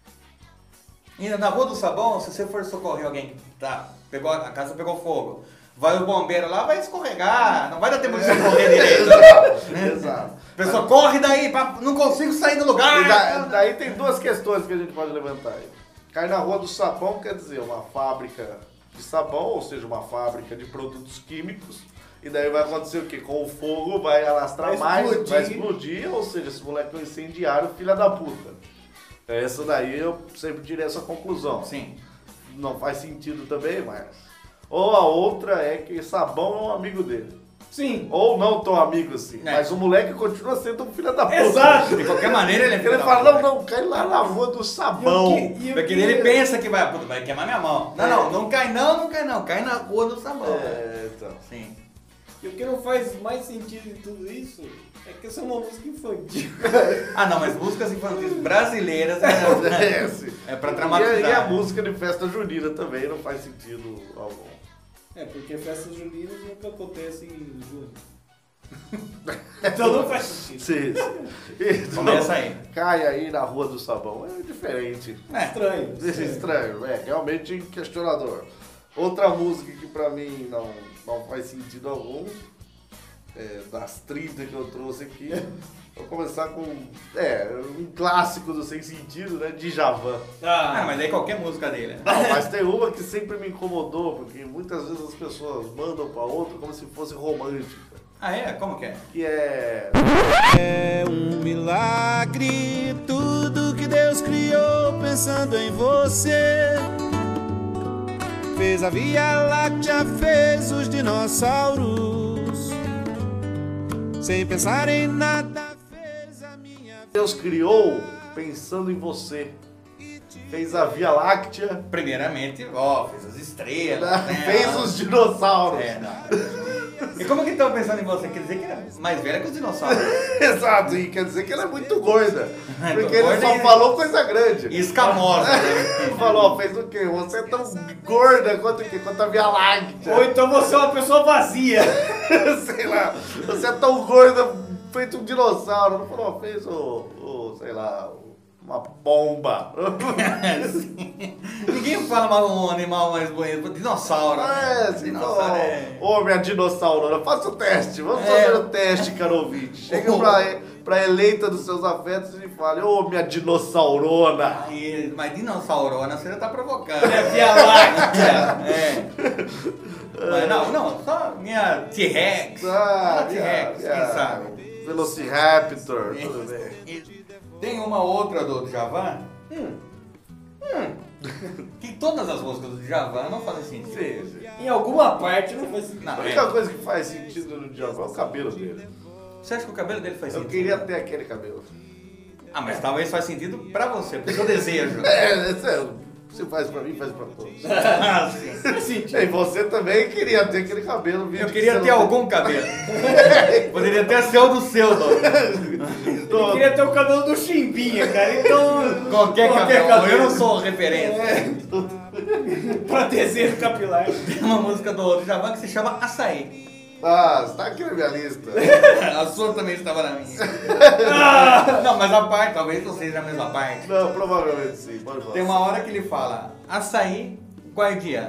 E na rua do sabão, se você for socorrer alguém que a casa pegou fogo, vai o bombeiro lá, vai escorregar, não vai dar tempo de você correr direito. Exato. A pessoa corre daí, não consigo sair do lugar. E daí tem duas questões que a gente pode levantar aí. Cair na Rua do Sabão quer dizer uma fábrica de sabão, ou seja, uma fábrica de produtos químicos. E daí vai acontecer o quê? Com o fogo vai alastrar mais, vai explodir, ou seja, esse moleque é um incendiário, filha da puta. Essa daí eu sempre tirei essa conclusão. Sim. Não faz sentido também, mas... Ou a outra é que Sabão é um amigo dele. Sim. Ou não tão amigo assim. Mas o moleque continua sendo um filho da puta. Exato. De qualquer maneira ele é filho Ele da fala, puta. não, cai lá na Rua do Sabão. Porque ele pensa que vai queimar minha mão. Não cai não. Cai na Rua do Sabão. Então. Sim. E o que não faz mais sentido em tudo isso é que essa é uma música infantil. Não, mas músicas infantis brasileiras é pra traumatizar. E a música de festa junina também não faz sentido algum. Porque festas juninas nunca acontecem em junho. Então não faz sentido. Sim. Então, começa aí. Cai aí na Rua do Sabão. É diferente. Estranho. Estranho, realmente questionador. Outra música que pra mim não faz sentido algum, das 30 que eu trouxe aqui, vou começar com um clássico do Sem Sentido, né? Djavan. Mas aí qualquer música dele. Não, mas tem uma que sempre me incomodou, porque muitas vezes as pessoas mandam pra outra como se fosse romântica. Como que é? Que é... É um milagre tudo que Deus criou pensando em você. Fez a Via Láctea, fez os dinossauros. Sem pensar em nada, fez a minha... Deus criou pensando em você. Fez a Via Láctea. Primeiramente, fez as estrelas. Fez os dinossauros. E como que estão pensando em você? Quer dizer que era mais velha que os dinossauros. Exato, e quer dizer que ela é muito gorda. Porque ele só falou coisa grande. E escamosa. Ele falou, fez o quê? Você é tão gorda quanto a Via Láctea. Ou então você é uma pessoa vazia. Sei lá, você é tão gorda, feito um dinossauro. Não falou, fez sei lá, uma bomba. Ninguém fala mais um animal mais bonito. Dinossauro. Ô, minha dinossaurona, faça o teste. Vamos fazer o teste, caro ouvinte. Chega pra eleita dos seus afetos e fale, ô, minha dinossaurona. Mas dinossaurona você já tá provocando. É Via Láctea. Mas não, só minha T-Rex. T-Rex, quem sabe? Velociraptor, tudo bem. Tem uma outra do Djavan. Que todas as músicas do Djavan não fazem sentido. Sim. Em alguma parte não faz sentido. A única coisa que faz sentido no Djavan é o cabelo dele. Você acha que o cabelo dele faz sentido? Eu queria ter aquele cabelo. Mas talvez faz sentido pra você, pro seu desejo. Você faz pra mim, faz pra todos. Sim. E você também queria ter aquele cabelo. Eu queria ter algum cabelo. Poderia até ser o do seu, Eu queria ter o cabelo do Chimbinha, cara. Então. Qualquer cabelo. Eu não sou referência. Pra desejo capilar. Tem uma música do Djavan que se chama Açaí. Está aqui na minha lista. A sua também estava na minha. Não, mas a parte, talvez não seja a mesma parte. Não, provavelmente sim. Pode falar. Tem uma hora que ele fala Açaí, guardiã.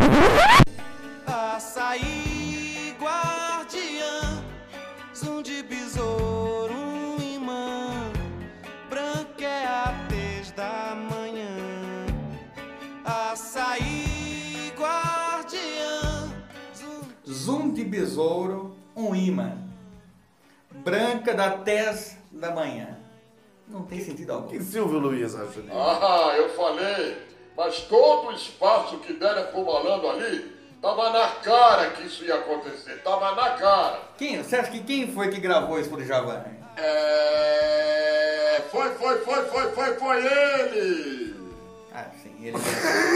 Açaí, guardiã, zoom de besouro, um imã, branca é a tez da manhã. Açaí, guardiã, zoom de besouro, um imã, branca da tez da manhã. Não tem sentido algum. Que Silvio Luiz acha disso? Eu falei, mas todo o espaço que deram pro malandro ali, tava na cara que isso ia acontecer, tava na cara. Você acha que quem foi que gravou isso pro Djavan? Foi ele! Sim, ele mesmo.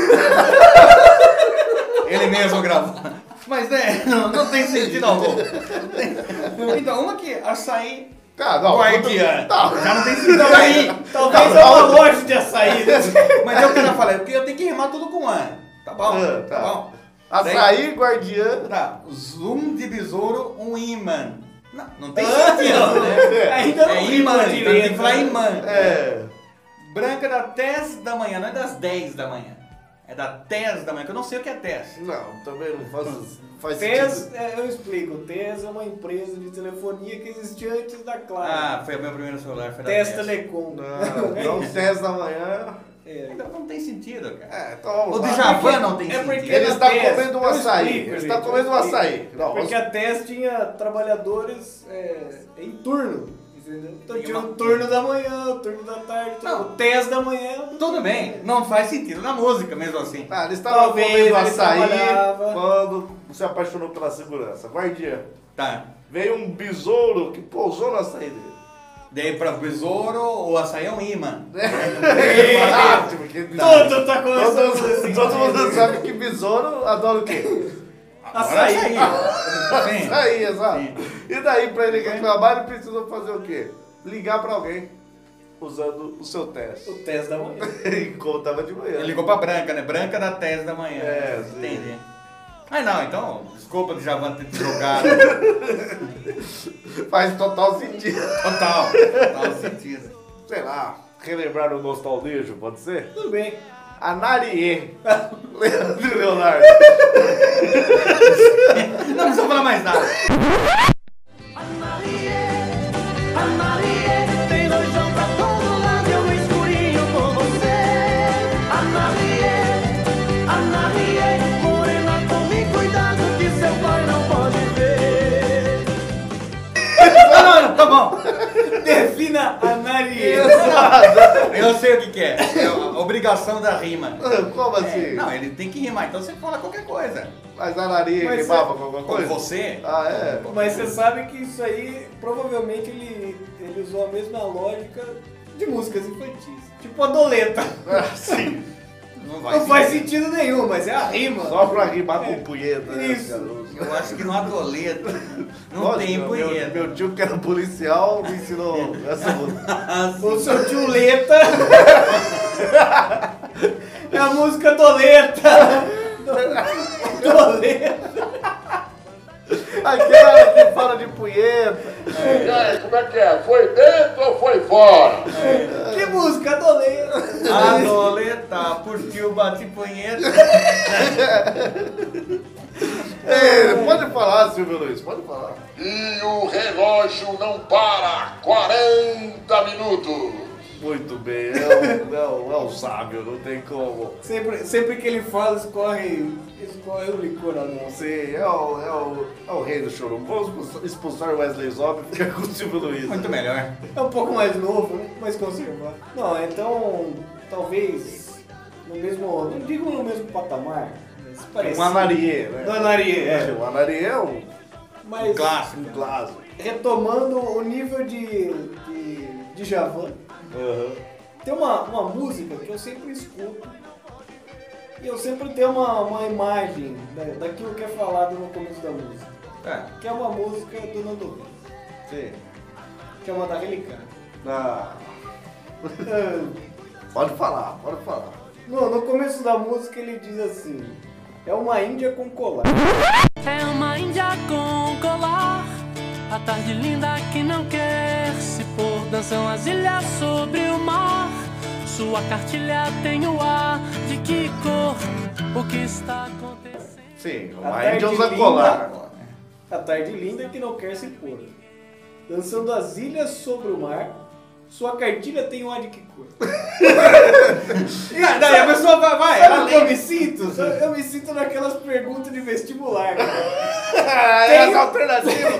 Ele mesmo gravou. Mas não tem sentido algum. Então, uma que açaí guardiã. Já não tem sentido algum. Talvez é uma loja de açaí. Mas eu quero falar, porque eu tenho que rimar tudo com an. Tá bom? Tá bom. Açaí, guardiã. Tá. Zoom de besouro, um imã. Não tem sentido, né? Ainda não imã, tem que falar imã. É. Branca da tez da manhã, não é das 10 da manhã. É É da TES da manhã, que eu não sei o que é TES. Não, também não faz TES, sentido. eu explico. TES é uma empresa de telefonia que existia antes da Claro. Ah, foi o meu primeiro celular, foi da TES TES. Telecom. Não, 10 da manhã. Então não tem sentido, cara. Então vamos O lá. Djavan não tem sentido. porque Ele na está TES, comendo um eu açaí. explico, Ele gente, está comendo um eu explico. açaí. Não, Porque a TES tinha trabalhadores em turno. Entendeu? Então tinha o turno da manhã, o turno da tarde, o TES da manhã. Tudo bem, não faz sentido na música mesmo assim. Ele estava Talvez comendo ele açaí trabalhava. quando se apaixonou pela segurança. Guardia. Tá. Veio um besouro que pousou no açaí dele. Daí pra besouro, o açaí é um imã. Todo tá começando assim. Todo mundo sabe que besouro adora o quê? Açaí. Açaí, exato. E daí, pra ele reclamar, ele precisou fazer o quê? Ligar pra alguém usando o seu teste. O TES da manhã. Enquanto tava de manhã. Ele ligou pra Branca, né? Branca da TES da manhã. Sim. Entendi. Mas não, então, desculpa do Djavan ter te jogado. Faz total sentido. Total sentido. Sei lá, relembrar o nostalgia, pode ser? Tudo bem. Anarie. Leandro Leonardo. Não precisa falar mais nada. Tem rojão pra todo lado e um escurinho com você. Anarie, morena, tome cuidado que seu pai não pode ver. Não, tá bom. Defina Anarie. Eu sei o que é. É a obrigação da rima. Como assim? Não, ele tem que rimar, então você fala qualquer coisa. Mas a Anarie Mas rimava com alguma Com coisa? você. Ah, é? Mas você sabe que isso aí, provavelmente ele usou a mesma lógica de músicas infantis. Tipo a doleta. Sim. Não faz sentido nenhum, mas é a rima. Só pra rimar com punheta, né, Isso. garoto? Eu acho que no adoleta não Lógico, tem punheta. Meu tio que era policial me ensinou essa música. O seu tio Leta. É a música doleta. Doleta. Aquela que fala de punheta. E aí, como é que é? Foi dentro ou foi fora? Que música doleta? A doleta, porque eu bati punheta. Pode falar, Silvio Luiz, pode falar. E o relógio não para. 40 minutos. Muito bem, é um sábio, não tem como. Sempre que ele fala, escorre o licor na mão. Sim, é o rei do chorume. Vamos expulsar o Wesley Zop e ficar com o Silvio Luiz. Muito melhor. É um pouco mais novo, né? Mais conservado. Não, então, talvez, no mesmo, não digo no mesmo patamar, mas parecido. Um Anarie, né? Do Anarie, é. O Anarie é um Mas, Clássico. clássico. retomando o nível de Djavan, tem uma música que eu sempre escuto e eu sempre tenho uma imagem daquilo que é falado no começo da música. Que é uma música do Nando Reis. Sim. Que é uma da Relicário. Pode falar, pode falar. No começo da música ele diz assim: é uma índia com colar. É uma índia com colar, a tarde linda que não quer se pôr. Dançam as ilhas sobre o mar, sua cartilha tem o ar de que cor, o que está acontecendo. Sim, A uma índia tarde usa linda- colar. A tarde linda que não quer se pôr. Dançando as ilhas sobre o mar, sua cartilha tem o ar de que cor. E daí a pessoa vai. Sabe ela o que eu lê. me sinto? Eu me sinto naquelas perguntas de vestibular. Essa alternativa.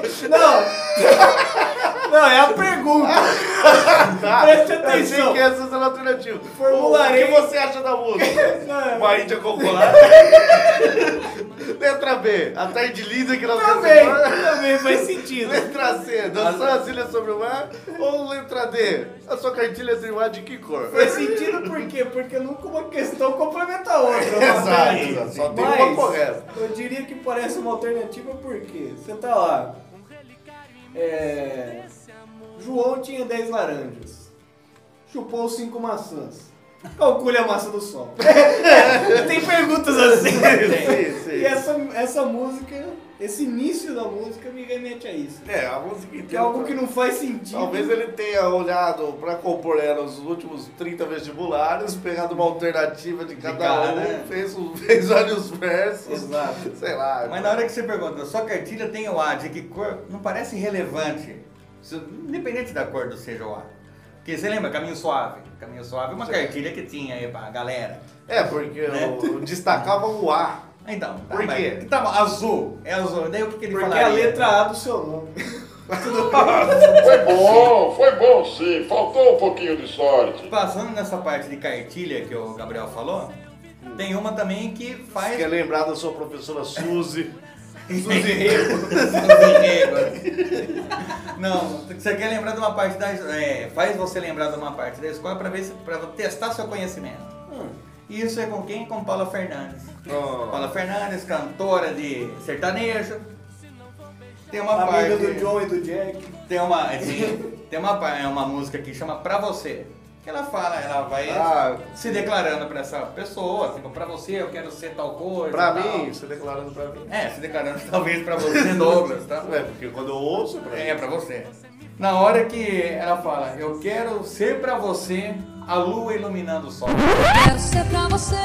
Não, é a pergunta. Preste Eu achei atenção. que essas eram alternativas. Formularei. O que você acha da música? Não, Uma índia com colar. Letra B, a tarde linda que nós Também faz sentido. Letra C, dançar as ilhas sobre o mar. Ou letra D, a sua cartilha tem o ar de que cor? Faz sentido por quê? Porque nunca uma questão complementa a outra. Exato, só tem uma correta. Eu diria que parece uma alternativa porque você tá lá. João tinha 10 laranjas. Chupou 5 maçãs. Calcule a massa do Sol. Tem perguntas assim. Sim. E essa música, esse início da música me remete a isso. A música Que é inteira. algo que não faz sentido. Talvez ele tenha olhado pra compor ela os últimos 30 vestibulares, pegado uma alternativa de cada um, fez vários versos. Exato. Sei lá. Mas na hora que você pergunta, sua cartilha tem o A, de que cor? Não parece relevante. Independente da cor do seja o A. Porque você lembra, Caminho Suave? Caminho Suave é uma cartilha que tinha aí pra galera. Porque destacava o A. Então, tá, por quê? Tá bom, azul. É azul. Daí o que ele Porque falaria? é a letra A do seu nome. Foi bom sim. Faltou um pouquinho de sorte. Passando nessa parte de cartilha que o Gabriel falou, tem uma também que faz... Quer lembrar da sua professora Suzy? Suzy Rego. Não, você quer lembrar de uma parte da... faz você lembrar de uma parte da escola para testar seu conhecimento. Isso é com quem? Com Paula Fernandes. Paula Fernandes, cantora de sertanejo. Tem uma parte... Amiga do John e do Jack. Tem uma música que chama Pra Você. Que ela fala, ela vai se declarando pra essa pessoa, tipo, pra você eu quero ser tal coisa. Pra tal. mim, se declarando pra mim. Se declarando talvez pra você, Douglas, tá? Porque quando eu ouço, pra mim. Pra você. Na hora que ela fala, eu quero ser pra você a lua iluminando o sol. Quero ser pra você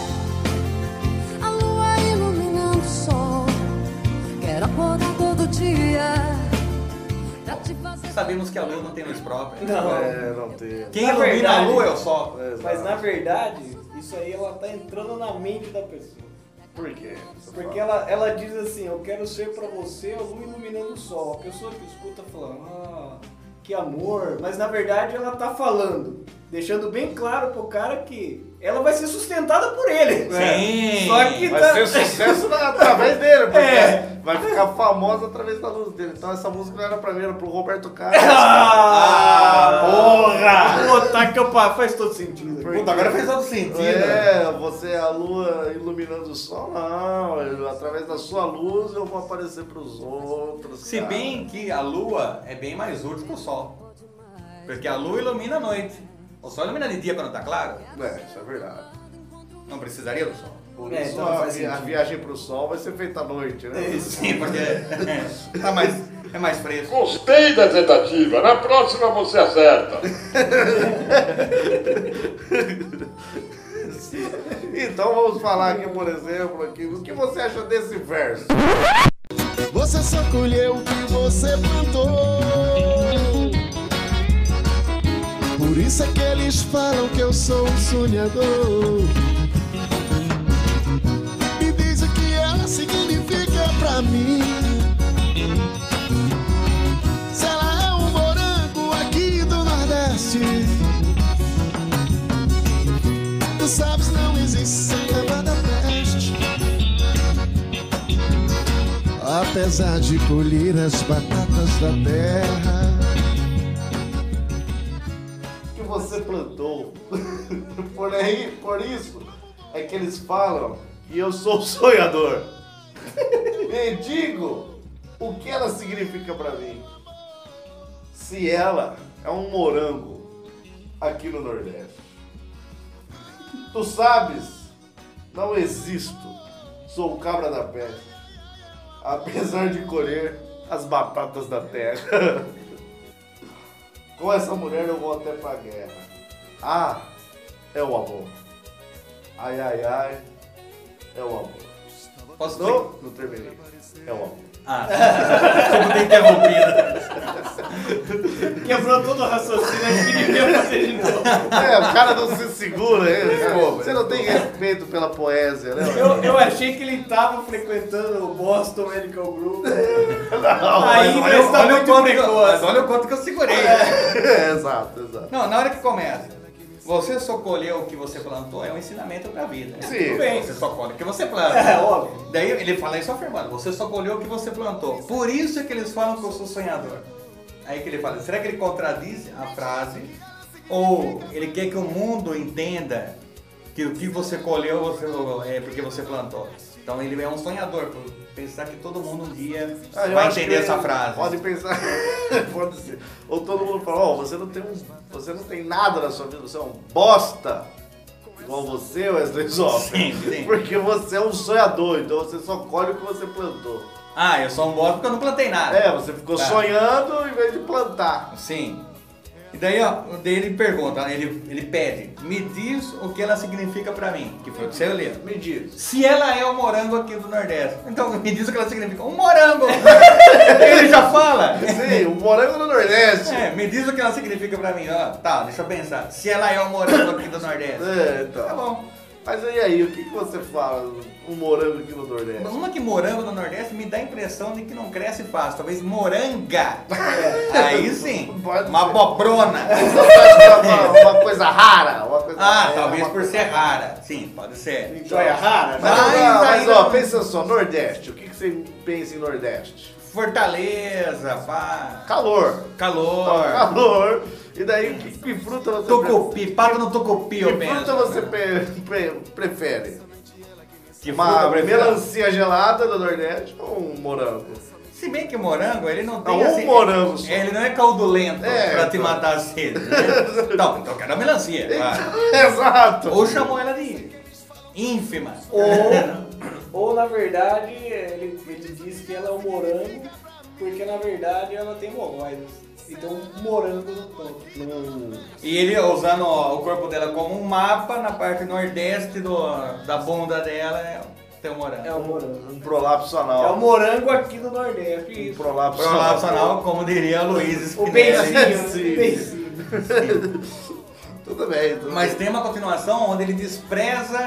a lua iluminando o sol. Quero acordar todo dia pra te fazer... Sabemos que a lua não tem luz própria. Não tem. Quem ilumina a lua é o sol. Mas na verdade, isso aí ela tá entrando na mente da pessoa. Por quê? Porque ela diz assim, eu quero ser pra você a lua iluminando o sol. A pessoa que escuta falando, que amor. Mas na verdade ela tá falando, deixando bem claro pro cara que ela vai ser sustentada por ele. Sim. Só que vai ser sucesso através dele, porque vai ficar famosa através da luz dele. Então essa música não era pra mim, era pro Roberto Carlos. Porra! Puta que pariu, faz todo sentido. Puta, agora fez todo sentido. Você é a lua iluminando o sol, não. Através da sua luz eu vou aparecer pros outros. Se bem que a lua é bem mais útil que o sol. Porque a lua ilumina a noite. O sol ilumina de dia quando tá claro. Isso é verdade. Não precisaria do sol. Por isso a viagem pro sol vai ser feita à noite, né? Sim, porque é mais fresco. Gostei da tentativa. Na próxima você acerta. Então vamos falar aqui, por exemplo, o que você acha desse verso? Você só colheu o que você plantou. Por isso é que eles falam que eu sou um sonhador. Me diz o que ela significa pra mim. Se ela é um morango aqui do Nordeste. Tu sabes, não existe nada peste. Apesar de colher as batatas da terra Que você plantou. Por isso é que eles falam que eu sou sonhador. E digo o que ela significa pra mim. Se ela é um morango aqui no Nordeste. Tu sabes, não existo, sou o cabra da peste, apesar de colher as batatas da terra. Com essa mulher eu vou até pra guerra. É o amor. Ai, ai, ai, é o amor. Posso Não terminei. É o amor. Como tem interrompido. Quebrou todo o raciocínio, acho que devia fazer de novo. O cara não se segura, você não tem respeito pela poesia, né? Eu achei que ele tava frequentando o Boston Medical Group. Mas olha o quanto que eu segurei. Exato. Não, na hora que começa, você só colheu o que você plantou, é um ensinamento pra vida. Sim. Tudo bem. Você só colhe o que você planta. Óbvio. Daí ele fala isso afirmando, você só colheu o que você plantou. Por isso é que eles falam que eu sou sonhador. Aí que ele fala, será que ele contradiz a frase? Ou ele quer que o mundo entenda que o que você colheu é porque você plantou? Então ele é um sonhador, por pensar que todo mundo um dia vai entender essa frase. Pode pensar, pode ser. Ou todo mundo fala, você não tem nada na sua vida, você é um bosta. Igual você, Wesley Zop. Sim. Porque você é um sonhador, então você só colhe o que você plantou. Ah, eu sou um bosta porque eu não plantei nada. É, você ficou sonhando em vez de plantar. Sim. E daí, ó, ele pergunta, ele pede, me diz o que ela significa pra mim, que foi o que você leu. Me diz. Se ela é o morango aqui do Nordeste. Então, me diz o que ela significa. Um morango! Ele já fala. Sim, o morango do Nordeste. Me diz o que ela significa pra mim, ó. Tá, deixa eu pensar. Se ela é o morango aqui do Nordeste. Então. Tá bom. Mas e aí, o que você fala um morango aqui no Nordeste? Uma que morango no Nordeste me dá a impressão de que não cresce fácil. Talvez moranga. Aí sim. Uma abobrona. Uma coisa rara. Talvez por ser rara. Sim, pode ser. Então é rara? Mas ó, pensa só, Nordeste. O que você pensa em Nordeste? Fortaleza, pá. Calor. Calor. E daí, que fruta você Tucupi, paga no tucupi, eu penso. Que fruta você prefere? Que uma fruta eu prefiro? melancia gelada do Nordeste ou um morango? Se bem que morango, ele não tem Um morango só. Ele não é caudulento pra te então. matar a sede, né? Então eu quero a melancia, claro. Exato. Ou chamou ela de ínfima. Ou na verdade, ele diz que ela é um morango, porque na verdade ela tem hemorroidas. Então, um morango no topo. E ele usando o corpo dela como um mapa, na parte nordeste da bunda dela tem um morango. É um morango. Um prolapso anal. É o morango aqui do Nordeste. Um prolapso anal, como diria Luiz O Spinelli. beicinho. Tudo bem. Mas tem uma continuação onde ele despreza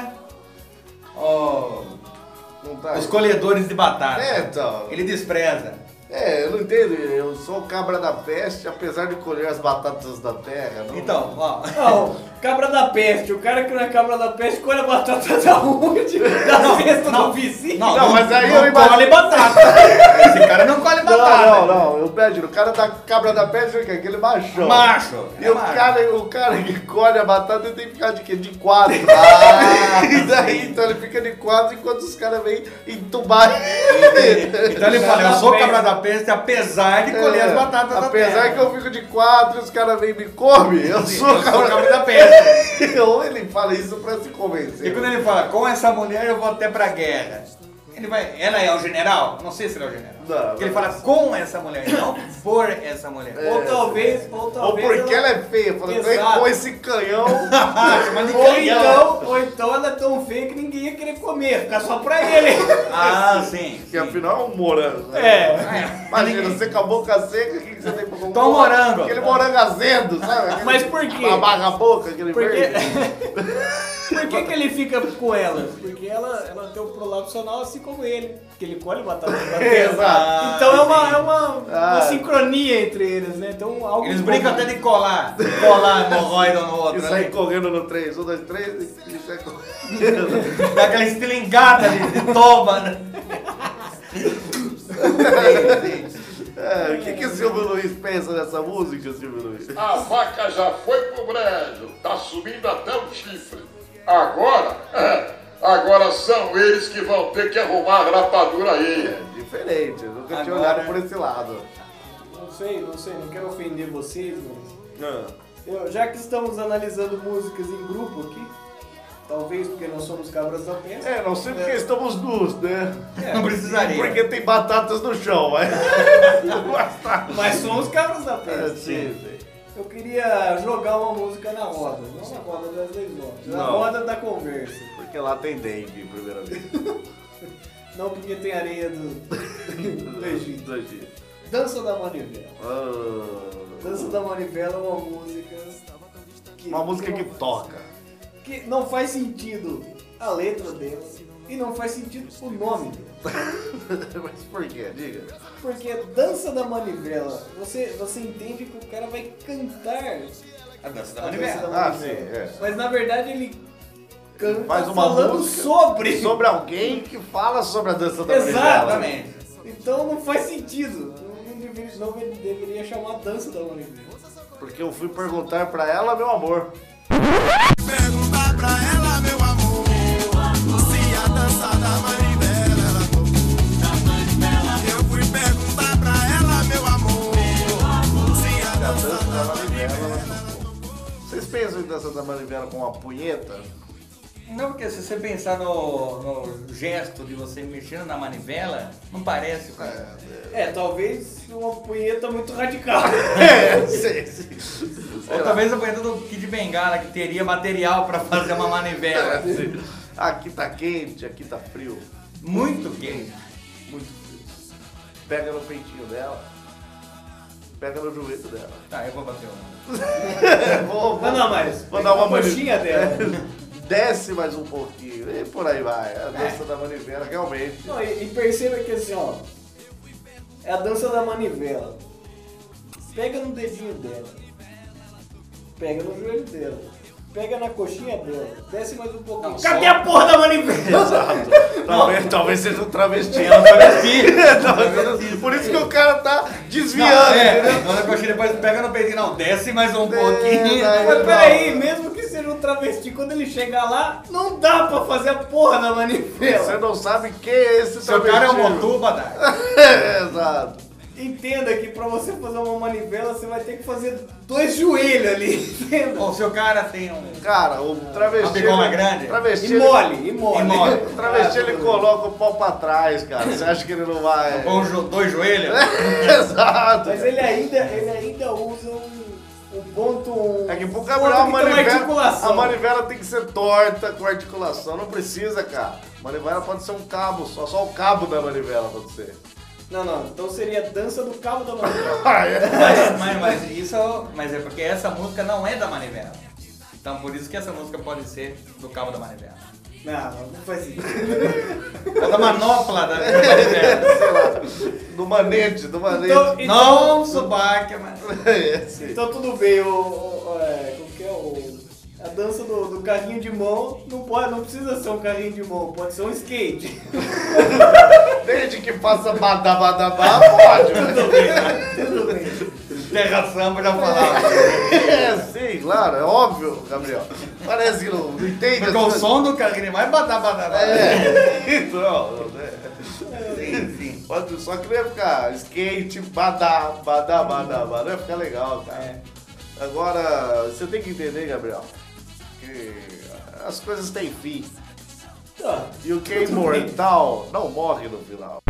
os colhedores de batata. Então. Ele despreza. Eu não entendo. Eu sou o cabra da peste, apesar de colher as batatas da terra. Não... Então, ó. Não, cabra da peste. O cara que não é cabra da peste colhe a batata da onde? Da cesta do vizinho? Não, mas aí não eu imagino... colhe batata. Esse cara não colhe batata. Não. Eu imagino. O cara da cabra da peste é o quê? Aquele machão. Macho. E o cara que colhe a batata, ele tem que ficar de quê? De 4. E daí, então ele fica de 4 enquanto os caras vêm entubar ele. Então ele fala, eu sou cabra da peste, apesar de colher as batatas da terra. Apesar que eu fico de 4 e os caras vêm e me comem, eu sou cabra da peste. Ou ele fala isso pra se convencer. E quando ele fala, com essa mulher eu vou até pra guerra. Ela é o general? Não sei se ele é o general. Não, porque ele fala com essa mulher, não por essa mulher. Ou talvez ou porque ela é feia, falando com esse canhão. Ou então ela é tão feia que ninguém ia querer comer, ficar só pra ele. Sim. Que afinal é um morango. Imagina, você com a boca seca, o que você tem pra comer? Tom morango. Aquele morango azedo, sabe? Mas por quê? Abaga a boca, aquele verde. Por que ele fica com elas? Porque ela tem um prolapso anal assim como ele. Que ele colhe batata da terra. Exato. Então é uma sincronia entre eles, né? Então, algo eles brincam até de colar hemorroida no outro. E sair correndo no 3. 1, 2, 3 e sai correndo. Dá aquela estilingada de toba, né? O que o Silvio Luiz pensa dessa música, Silvio Luiz? A vaca já foi pro brejo, tá subindo até o chifre. Agora são eles que vão ter que arrumar a rapadura aí. Diferente, eu nunca tinha olhado por esse lado. Não sei, não quero ofender vocês, mas... já que estamos analisando músicas em grupo aqui, talvez porque nós somos cabras da peste. Não sei porque estamos nus, né? Não precisaria. Porque tem batatas no chão, mas somos cabras da peste. Sim. Eu queria jogar uma música na roda, não na roda das leis, na roda da conversa. Porque lá tem dengue, primeiramente. Não, porque tem areia do Egito. Dança da Manivela. Dança da Manivela é uma música que toca. Que não faz sentido a letra dela e não faz sentido o nome dela. Mas por quê? Diga. Porque Dança da Manivela, você entende que o cara vai cantar a Dança da Manivela. Sim, Mas na verdade ele canta faz uma falando música sobre alguém que fala sobre a Dança da Manivela. Exatamente. Então não faz sentido. Não deveria chamar Dança da Manivela. Porque eu fui perguntar pra ela, meu amor. Perguntar pra ela, meu amor, se a dança da manivela ela tocou. Eu fui perguntar pra ela, meu amor, se a dança da manivela ela tocou. Vocês pensam em Dança da Manivela com uma punheta? Não, porque se você pensar no gesto de você mexendo na manivela, não parece. Talvez uma punheta muito radical. Ou talvez a punheta do Kid Bengala, que teria material pra fazer uma manivela. Aqui tá quente, aqui tá frio. Muito quente. Muito frio. Pega no peitinho dela. Pega no joelho dela. Tá, eu vou bater Vou dar uma coxinha dela. Desce mais um pouquinho. E por aí vai. A dança da manivela, realmente. Não, e perceba que assim, ó. É a dança da manivela. Pega no dedinho dela. Pega no joelho dela. Pega na coxinha dela. Desce mais um pouquinho. Não, cadê só- a porra da manivela? Exato. Talvez seja um travesti. Por isso que o cara tá desviando, entendeu? Não, na coxinha depois pega no peitinho, não, desce mais um pouquinho. Mas peraí, mesmo que seja um travesti, quando ele chegar lá, não dá pra fazer a porra da manivela. Você não sabe quem é esse Seu travesti. cara é um motuba, Dai. Exato. Entenda que pra você fazer uma manivela, você vai ter que fazer 2 joelhos ali, entenda? Ou se o cara tem um... Cara, o travesti... Uma bigola grande? Travesti, E mole. O travesti, ele coloca o pau pra trás, cara. Você acha que ele não vai... Com 2 joelhos? Exato. Mas ele ainda usa um ponto... É que pro Gabriel ponto que tem uma articulação. a manivela tem que ser torta com articulação. Não precisa, cara. Manivela pode ser um cabo, só o cabo da manivela pode ser. Não. Então seria dança do cabo da manivela. Mas é porque essa música não é da manivela. Então por isso que essa música pode ser do cabo da manivela. Não faz sentido. Ou da manopla da manivela. Sei lá. Do manete. Então- Não, subaque, mas... Então tudo bem, como que é a dança do carrinho de mão não precisa ser um carrinho de mão, pode ser um skate. Desde que faça badabadabá, pode. Tudo bem. Terra samba já falava. Sim, claro, é óbvio, Gabriel. Parece que não entende. Porque o som do carrinho vai badar. Então, Sim. Pode, só que não ia ficar skate, badá, não ia ficar legal, cara. Agora, você tem que entender, Gabriel, que as coisas têm fim. E o que é imortal não morre no final.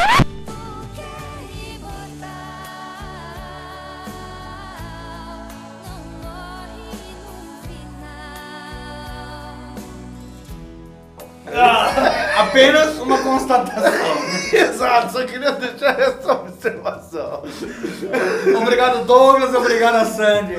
Apenas uma constatação. Exato, só queria deixar essa observação. Obrigado, Douglas, obrigado a Sandy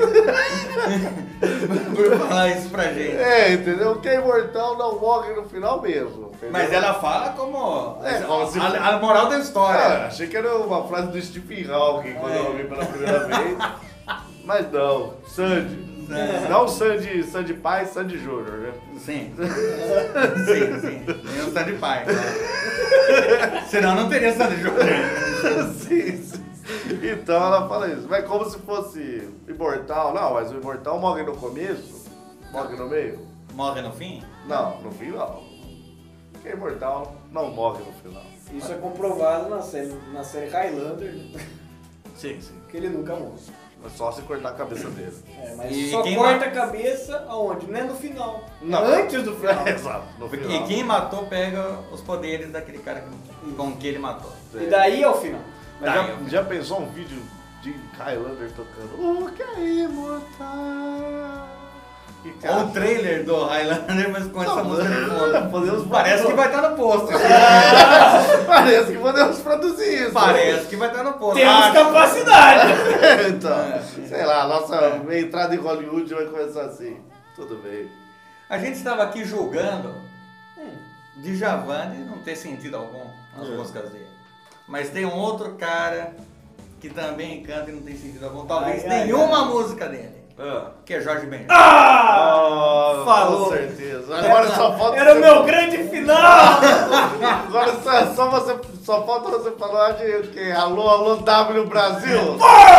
por falar isso pra gente. Entendeu? O que é imortal não morre no final mesmo. Entendeu? Mas ela fala como como se- a moral da história. Achei que era uma frase do Stephen Hawking quando eu ouvi pela primeira vez. Mas não, Sandy. Não Sandy pai, Sandy Júnior, né? Sim. Tem o Sandy pai. Senão não teria Sandy Júnior. sim. Então ela fala isso. Mas como se fosse imortal. Não, mas o imortal morre no começo? Morre no meio? Morre no fim? Não, no fim não. Porque imortal não morre no final. Isso é comprovado na série Highlander, Sim. que ele nunca morre. É só se cortar a cabeça dele. Mas E só quem corta a cabeça aonde? Não é no final. Não. É antes do final. Exato, no final. E quem matou pega os poderes daquele cara com que ele matou. E daí é o final. Mas já pensou um vídeo de Highlander tocando O que é imortal? E, cara, Ou o trailer do Highlander, mas com essa música de fundo. podemos Parece que vai estar no posto. Parece que podemos produzir isso. Parece que vai estar no posto. Temos capacidade. Então, sei lá, nossa entrada em Hollywood vai começar assim. Tudo bem. A gente estava aqui julgando Djavan de não ter sentido algum nas músicas dele. Mas tem um outro cara que também canta e não tem sentido algum. Talvez nenhuma música dele. Que é Jorge Ben. Falou. Com certeza. Agora só falta Era o meu grande final. Agora só falta você falar de o quê? Alô, W Brasil?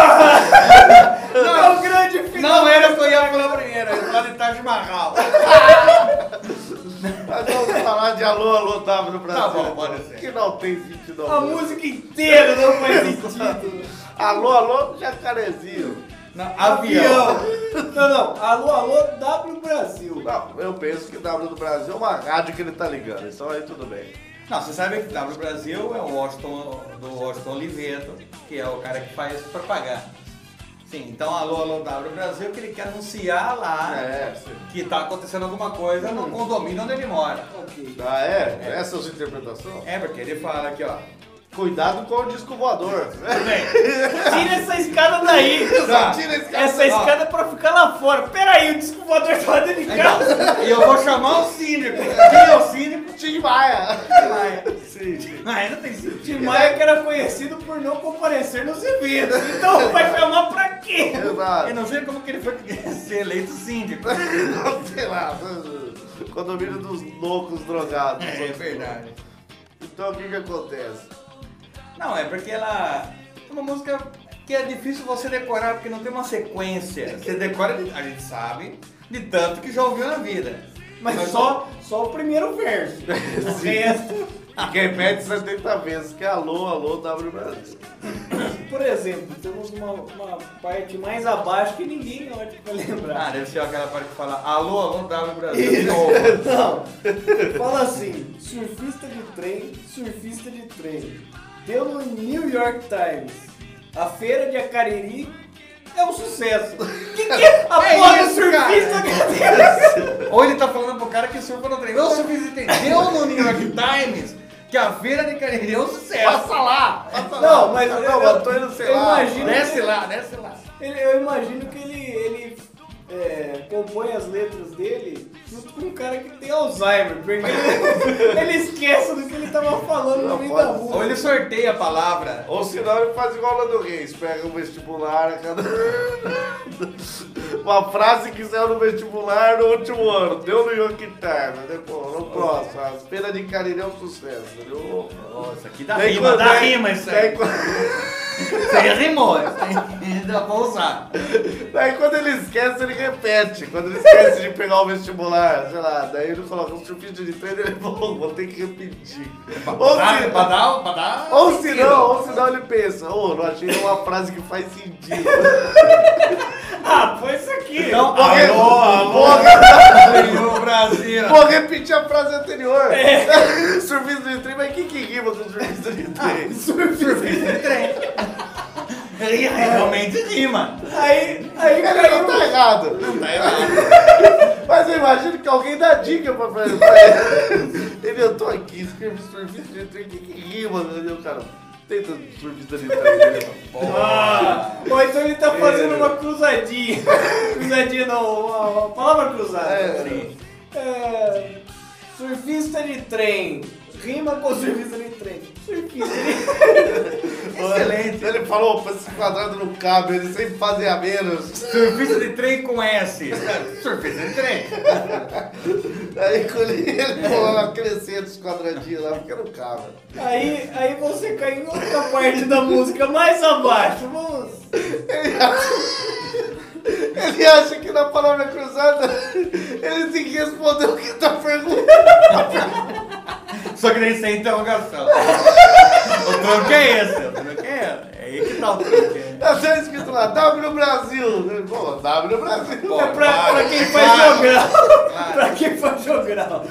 Meu grande final. Não era o que eu ia falar primeiro, eu ia falar de Taj Mahal. Mas vamos falar de alô, W Brasil. Tá bom, pode ser. Que não tem sentido A algum. música inteira não faz sentido. Alô, Jacarezinho. Não, avião. Não. Alô, W Brasil. Não, eu penso que W do Brasil é uma rádio que ele tá ligando, então aí tudo bem. Não, você sabe que W Brasil é o Washington Oliveto, que é o cara que faz propaganda. Sim, então alô W Brasil, que ele quer anunciar lá que tá acontecendo alguma coisa no condomínio onde ele mora. Ah, é? Essa é a sua interpretação? É, porque ele fala aqui, ó. Cuidado com o disco voador. Tira essa escada daí. Tira a escada. Essa escada é pra ficar lá fora. Peraí, o disco voador tá dentro de casa. E eu vou chamar o síndico. Quem é o síndico? Tim Maia. Sim. Ainda tem síndico. Tim Maia que era conhecido por não comparecer nos eventos. Então vai chamar pra quê? Exato. Eu não sei como que ele foi ser eleito síndico. Sei lá, condomínio dos loucos drogados. É verdade. Então o que acontece? Não, é porque ela é uma música que é difícil você decorar, porque não tem uma sequência. Você decora, a gente sabe, de tanto que já ouviu na vida. Mas só o primeiro verso. O resto... Que repete 70 vezes, que é alô, W Brasil. Por exemplo, temos uma parte mais abaixo que ninguém na hora que vai lembrar. Ah, deve ser aquela parte que fala alô, W Brasil de novo. Não, fala assim, surfista de trem, deu no New York Times, a feira de Acariri é um sucesso. Que é a porra do surfista de trem? Ou ele tá falando pro cara que surfa no trem. Ô, surfista de trem, deu no New York Times que a feira de Acariri é um sucesso. Passa lá. Não, mas eu Antônio, sei lá. Desce lá. Eu imagino que ele compõe as letras dele junto com um cara que tem Alzheimer, porque ele esquece do que ele tava falando no meio da rua. Ou ele sorteia a palavra. Ou senão ele faz igual o Lando Reis, pega um vestibular a cada... Uma frase que saiu no vestibular no último ano, deu no York Times, depois, no próximo, a feira de Cariri é um sucesso, entendeu? Nossa, aqui dá rima isso aí. Isso aí rimou, ainda vou usar. Daí quando ele esquece, ele repete. Quando ele esquece de pegar o vestibular, sei lá, daí ele coloca um surfista de treino e ele vou ter que repetir. Ou senão ele pensa, não achei uma frase que faz sentido. Foi isso aqui. Então, alô, Brasil. Vou repetir a frase anterior. Surfista de trem, mas o que rima com surfista de trem? Surfista de trem. Realmente rima. Aí ele não tá errado. Não tá errado. Mas eu imagino que alguém dá dica pra ele. Eu tô aqui, escrevi surfista de trem, o que rima? Meu cara, tenta surfista de trem. Ou então ele tá fazendo uma cruzadinha. Cruzadinha não, uma palavra cruzada. Surfista de trem. Rima com surfista de trem. Surfista de trem. Excelente. Ele falou, pra esse quadrado não cabe, ele sempre fazia menos. Surfista de trem com S. Surfista de trem. Aí quando ele falou crescendo os quadradinhos lá, porque não cabe. Aí você cai em outra parte da música, mais abaixo. Vamos. Ele acha que na palavra cruzada ele tem que responder o que tá perguntando. Só que nem sem interrogação. O truque é esse. É aí que tá o truque. Tá escrito lá, W Brasil. Pô, W Brasil. Pô, é pra quem faz jogral. Pra quem faz jogral.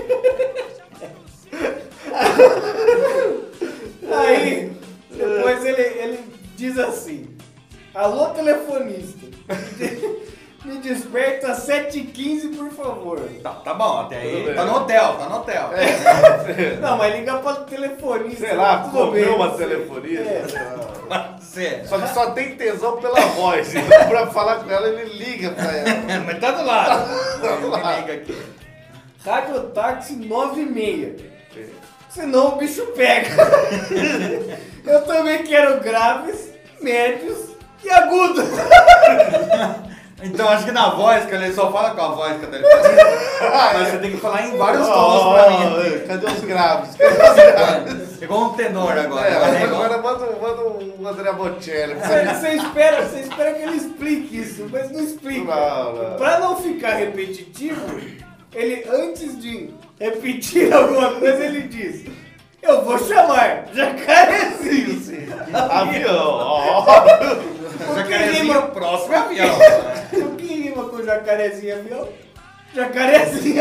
Aí, depois ele diz assim: alô, telefonista. Me desperta às 7h15, por favor. Tá bom, até aí. Tá no hotel. Não, mas liga pra telefonista. Sei lá, tudo bem. uma telefonia. Só que só tem tesão pela voz. Então, pra falar com ela, ele liga pra ela. Mas tá do lado. Ele liga aqui. Rádio Táxi 9h30. Senão o bicho pega. Eu também quero graves, médios e agudos. Então acho que na voz, que ele só fala com a voz que ele fala. Mas você tem que falar em vários tons pra mim. Cadê os graves? Igual um tenor agora. Agora manda um André Bocelli. Você espera que ele explique isso, mas não explica. Não. Pra não ficar repetitivo, ele antes de repetir alguma coisa, ele diz: eu vou chamar Jacarezinho. Avião. Jacarezinho, o próximo é avião. O que rima com jacarezinho avião? Jacarezinho.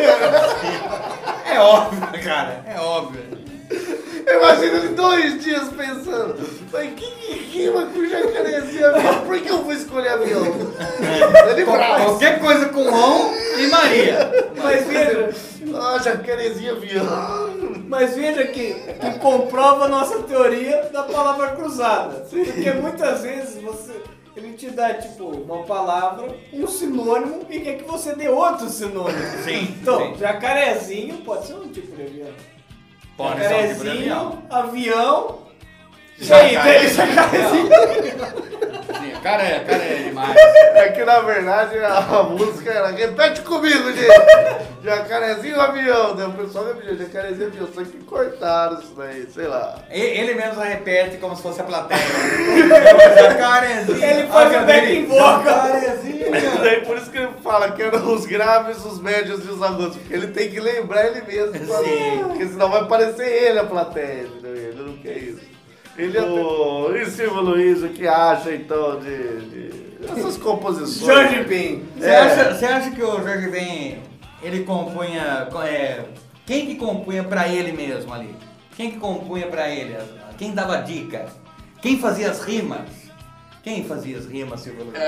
É óbvio, cara. É óbvio. Imagina ele 2 dias pensando, mas que rima com jacarezinho avião? Por que eu vou escolher avião? Ele Qualquer coisa com on e Maria. Mas veja, jacarezinho avião. mas veja que comprova a nossa teoria da palavra cruzada. Porque muitas vezes ele te dá, tipo, uma palavra, um sinônimo, e quer que você dê outro sinônimo. Sim. Então, sim. jacarezinho pode ser um tipo de avião. Pode ser um tipo de avião. Avião. Jacarezinho. Sim, cara é demais. É que na verdade a música era, repete comigo, gente. Jacarezinho avião, né? O pessoal repetiu, jacarezinho avião, só que cortaram isso daí, sei lá. Ele mesmo repete como se fosse a plateia. Jacarezinho. Ele faz o back in vocal. Jacarezinho. Daí por isso que ele fala que eram os graves, os médios e os agudos, porque ele tem que lembrar ele mesmo. Sim. Porque senão vai parecer ele a plateia, entendeu? Ele não quer isso. Ele e Silvio Luiz, o que acha então de essas composições? Jorge Ben. Você acha que o Jorge Ben, ele compunha... quem que compunha pra ele mesmo ali? Quem que compunha pra ele? Quem dava dica? Quem fazia as rimas? Quem fazia as rimas, Silvio Luiz?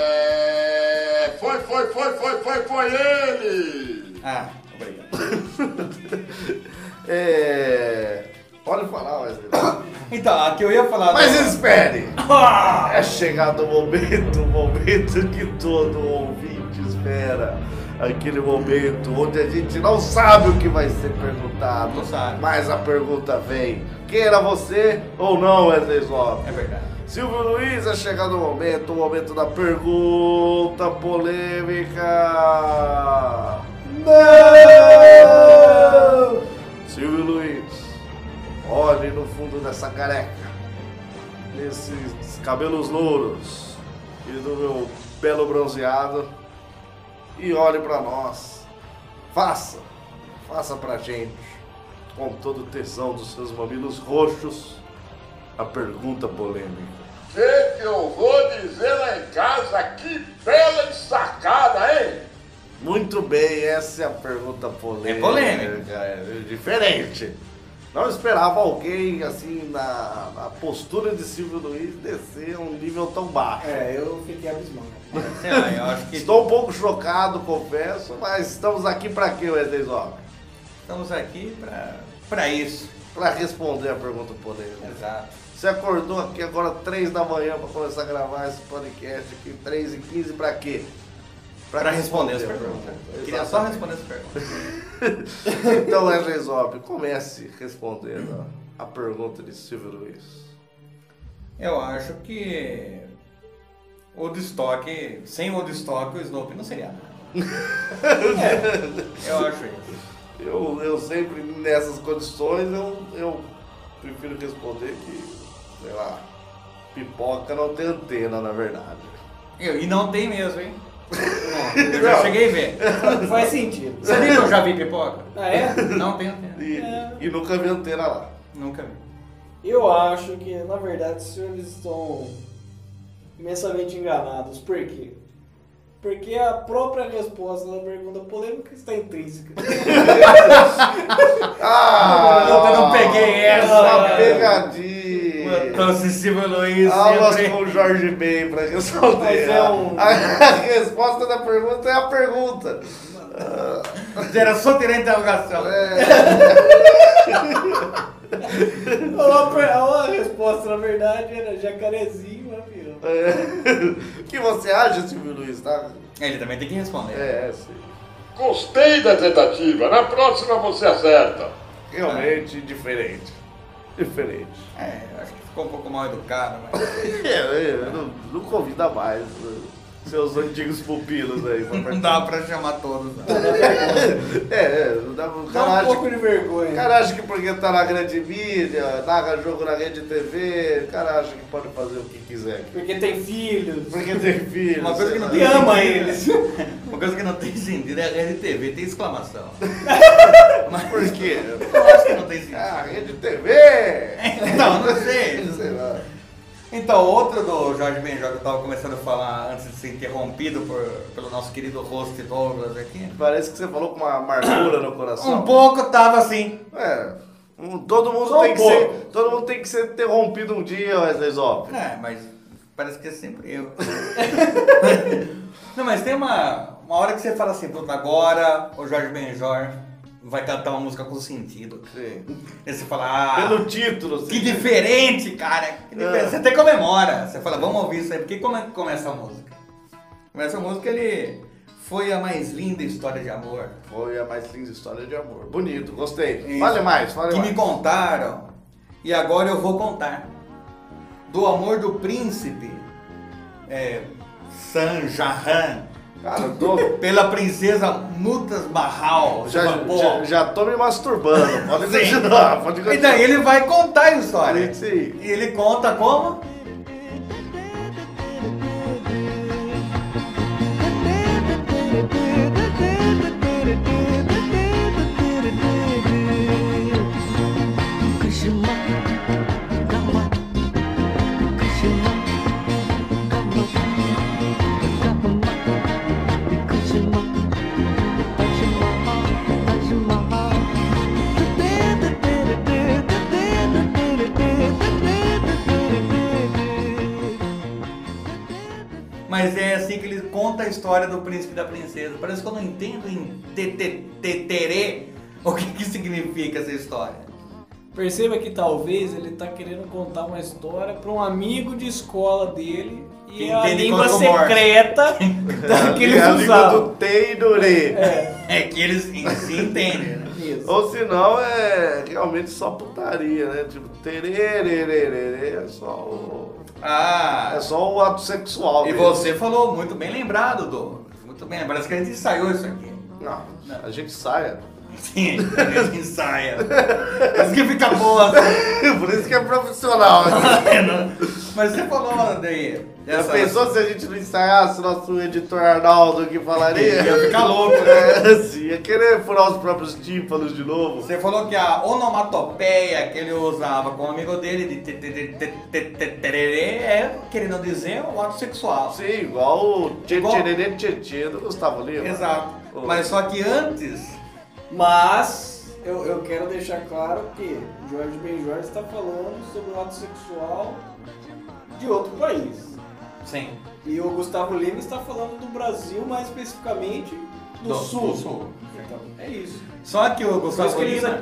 Foi ele! Ah, obrigado. Pode falar, Wesley. Então, a que eu ia falar... Mas espere! É chegado o momento que todo ouvinte espera. Aquele momento onde a gente não sabe o que vai ser perguntado. Não sabe. Mas a pergunta vem. Queira você ou não, Wesley Zop? É verdade. Silvio Luiz, é chegado o momento da pergunta polêmica. Não! Silvio Luiz, olhe no fundo dessa careca, nesses cabelos louros e no meu belo bronzeado, e olhe pra nós. Faça pra gente, com todo o tesão dos seus mamilos roxos, a pergunta polêmica. Que eu vou dizer lá em casa, que bela ensacada, hein? Muito bem, essa é a pergunta polêmica. É polêmica. É diferente. Não esperava alguém assim na postura de Silvio Luiz descer a um nível tão baixo. Eu fiquei abismado. Sei lá, eu acho que... Estou um pouco chocado, confesso, mas estamos aqui para quê, Wesley Zop? Estamos aqui pra isso. Para responder a pergunta polêmica. Exato. Você acordou aqui agora 3 da manhã para começar a gravar esse podcast aqui, 3h15 para quê? Pra responder essa pergunta. Eu queria só responder essa pergunta. Então, Wesley Zop, comece respondendo a pergunta de Silvio Luiz. Eu acho que sem o Woodstock, o Snoopy não seria nada. Eu acho isso. Eu sempre, nessas condições, eu prefiro responder que, sei lá, pipoca não tem antena, na verdade. E não tem mesmo, hein? Eu já cheguei a ver. Faz sentido. Você viu que eu já vi pipoca? Ah, é? Não tem antena. E nunca vi antena lá. Nunca vi. Eu acho que, na verdade, os senhores estão imensamente enganados. Por quê? Porque a própria resposta da pergunta polêmica está intrínseca. Eu não peguei essa. Pegadinha. Então, Silvio Luiz Aulas sempre... com o Jorge Ben para responder. A resposta da pergunta é a pergunta. Era só tirar a interrogação. A resposta, na verdade, era jacarezinho avião. O que você acha, Silvio Luiz? Tá? Ele também tem que responder. Sim. Gostei da tentativa. Na próxima você acerta. Realmente diferente. Diferente. Acho que ficou um pouco mal educado, mas... não convida mais seus antigos pupilos aí. Não dá pra chamar todos. Não. Não dá. O cara Dá um pouco de vergonha. O cara acha que porque tá na grande mídia, narra jogo na rede TV, o cara acha que pode fazer o que quiser. Porque tem filhos. Uma coisa que não E tem ama sentido. eles. Uma coisa que não tem sentido é a rede TV, tem exclamação. Mas por quê? Eu acho que não tem sentido. Rede TV! Não sei. Sei lá. Então, outro do Jorge Benjor que eu tava começando a falar antes de ser interrompido pelo nosso querido host Douglas aqui. Parece que você falou com uma amargura no coração. Um pouco tava assim. Todo mundo tem que ser interrompido um dia, Wesley Zop. Mas parece que é sempre eu. Não, mas tem uma hora que você fala assim, puta, agora o Jorge Benjor vai cantar uma música com sentido. Sim. Aí você fala, pelo título. Que diferente, cara. Que diferente. Você até comemora. Você fala, vamos ouvir isso aí. Porque como é que começa a música? Começa a música, ele foi a mais linda história de amor. Foi a mais linda história de amor. Bonito, gostei. Isso. Fale mais. Que me contaram, e agora eu vou contar. Do amor do príncipe Sanjahan. Cara, pela princesa Mutas Mahal. Já tô me masturbando. Pode continuar, pode continuar. E daí ele vai contar a história. Sim. E ele conta como? Mas é assim que ele conta a história do príncipe e da princesa. Parece que eu não entendo em teterê o que significa essa história. Perceba que talvez ele tá querendo contar uma história para um amigo de escola dele e a língua secreta que eles usavam. A língua do Teidorê. É que eles se entendem, né? Isso. Ou senão é realmente só putaria, né? Tipo, tererê, é só o... é só o ato sexual. E mesmo. você falou muito bem lembrado, Douglas. Muito bem, parece que a gente ensaiou isso aqui. Não. A gente saia. Sim, a gente ensaia. Por isso que fica boa. Assim. Por isso que é profissional. Mas você falou daí. Já pensou se a gente não ensaiasse nosso editor Arnaldo que falaria? Ia ficar louco, né? Sim, ia querer furar os próprios tímpanos de novo. Você falou que a onomatopeia que ele usava com o amigo dele de tererê é, querendo dizer, o ato sexual. Sim, igual o tchê do Gustavo Lima. Exato. Mas só que antes... Mas eu quero deixar claro que Jorge Benjor está falando sobre o ato sexual de outro país. Sim. E o Gustavo Lima está falando do Brasil, mais especificamente do Sul. Então, é isso. Só que o Gustavo Lima...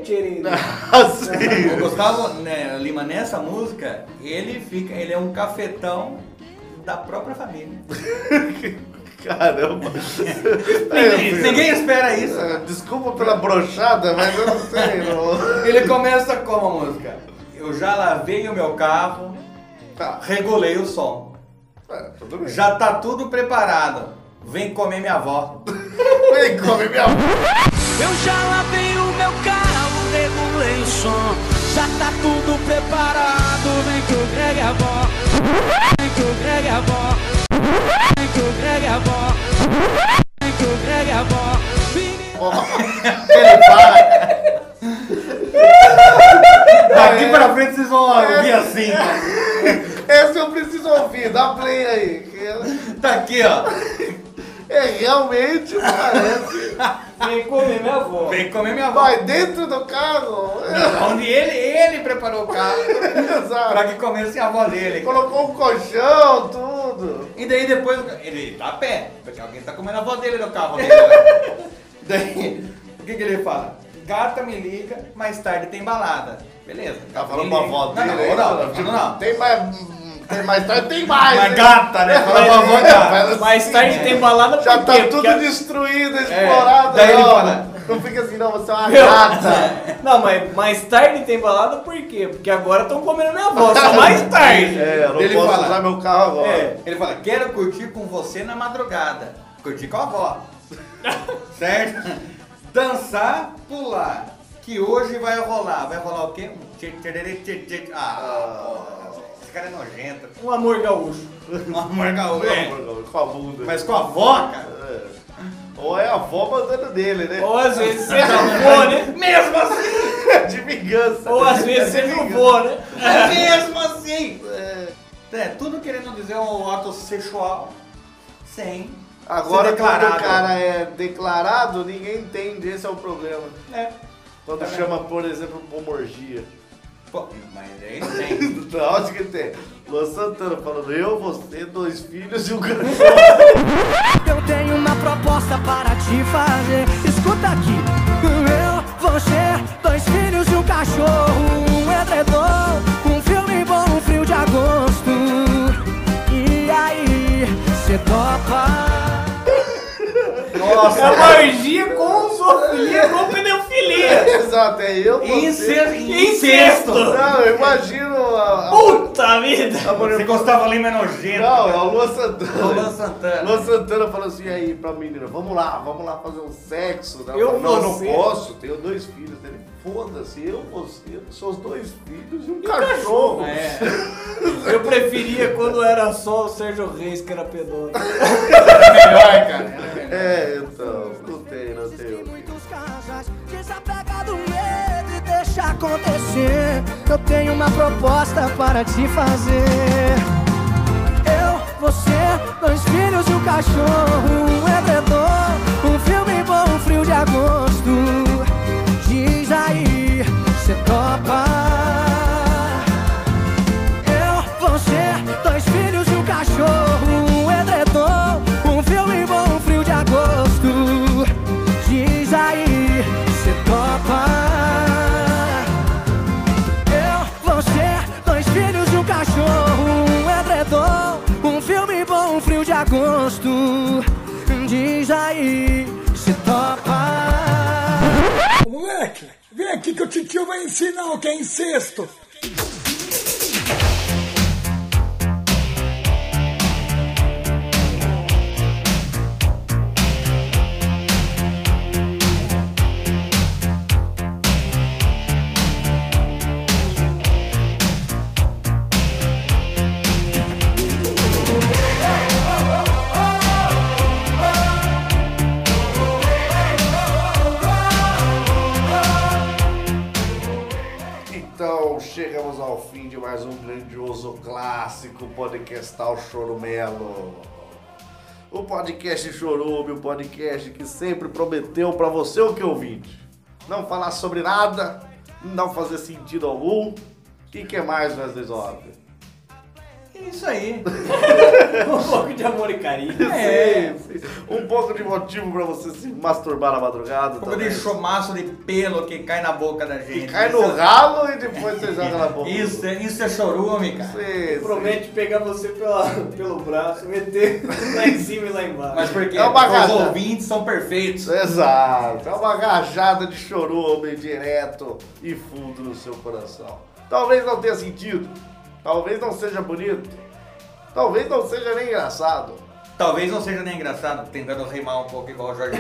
O Gustavo Lima, nessa música, ele é um cafetão da própria família. Caramba. Ninguém espera isso. Desculpa pela brochada, mas eu não sei. Não. Ele começa como a música? Eu já lavei o meu carro, regulei o som. Tudo bem. Já tá tudo preparado. Vem comer minha avó. Vem comer minha avó. Eu já lavei o meu carro, regulei o som. Já tá tudo preparado. Vem que o Greg é a avó. Vem que o Greg é a avó. Vem que o Greg é a avó. Vem que o Greg é a avó. Ele para. Daqui pra frente vocês vão ouvir assim. Esse eu preciso ouvir, dá play aí. Tá aqui, ó. Realmente parece. Vem comer minha avó. Vem comer minha avó. Vai dentro do carro. Onde ele preparou o carro. Exato. Pra que comesse a avó dele. Colocou um colchão, tudo. E daí depois ele tá a pé, porque alguém tá comendo a avó dele no carro dele. Né? Daí, o que ele fala? Gata me liga, mais tarde tem balada. Beleza. Tá falando com a avó dele? Não. Tem mais tarde, tem mais. Mas gata, né? Fala com a avó gata. Mais tarde tem balada Já tá quê? tudo Porque... destruído, explorado. Daí ele não. fala... Não fica assim, não, você é uma gata. Não, mas mais tarde tem balada por quê? Porque agora estão comendo minha avó, só mais tarde. Eu não Ele posso fala, usar meu carro agora. Ele fala, quero curtir com você na madrugada. Curtir com a avó. Certo? Dançar, pular. Que hoje vai rolar. Vai rolar o quê? Esse cara é nojento. Um amor gaúcho. Um amor gaúcho. Com a bunda. Mas com a avó, cara. Ou é a avó mandando dele, né? Ou às vezes você não né? Mesmo assim. De vingança. Ou às vezes você não né? Mesmo assim. Tudo querendo dizer um ato sexual sem Agora, ser quando declarado. o cara é declarado, ninguém entende, esse é o problema. Quando chama, por exemplo, pomorgia. Pô, mas aí não tem. Da onde que tem? Luan Santana falando, eu, você, 2 filhos e um cachorro. Eu tenho uma proposta para te fazer. Escuta aqui. Eu, você, 2 filhos e um cachorro, um edredom, um filme bom, um frio de agosto. E aí, cê topa? Nossa, É uma orgia com zoofilia, com pedofilia. Exato, é eu, você. Incesto! Não, eu imagino Puta vida! Você gostava ali mais nojento. Não, é o Luan Santana. O Luan Santana. Luan Santana falou assim aí pra menina, vamos lá fazer um sexo. Ela Eu, falou, não, você. não posso, tenho 2 filhos. Ele, foda-se, eu, você, seus 2 filhos e um cachorro. É. Eu preferia quando era só o Sérgio Reis que era pedófilo. Melhor, cara. É, então, não tem. Muitos casais desapega do medo e deixa acontecer. Eu tenho uma proposta para te fazer. Eu, você, 2 filhos e um cachorro, um edredom, um filme bom, um frio de agosto. Diz aí, cê topa? Eu, você, 2 filhos e um cachorro, um edredom, um filme bom, um frio de agosto. Diz aí, cê topa? Eu, você, 2 filhos e um cachorro, um edredom, um filme bom, um frio de agosto. Diz aí, cê topa? Moleque, vem aqui que o titio vai ensinar o que é incesto. Então, chegamos ao fim de mais um grandioso clássico podcastal Chorumelo. O podcast Chorume, o podcast que sempre prometeu pra você o que ouvinte. Não falar sobre nada, não fazer sentido algum. E que mais, Wesley Zop? É isso aí. Um pouco de amor e carinho. Sim. Um pouco de motivo pra você se masturbar na madrugada Um pouco também. de chumaço de pelo que cai na boca da gente. E cai no ralo e depois você joga na boca. Isso é chorume, cara. Sim. Promete pegar você pelo braço, meter lá em cima e lá embaixo. Mas por quê? É uma Porque os gata. ouvintes são perfeitos. Exato, é uma rajada de chorume direto e fundo no seu coração. Talvez não tenha sentido, talvez não seja bonito, talvez não seja nem engraçado. Talvez não seja nem engraçado, tentando rimar um pouco igual o Jorge.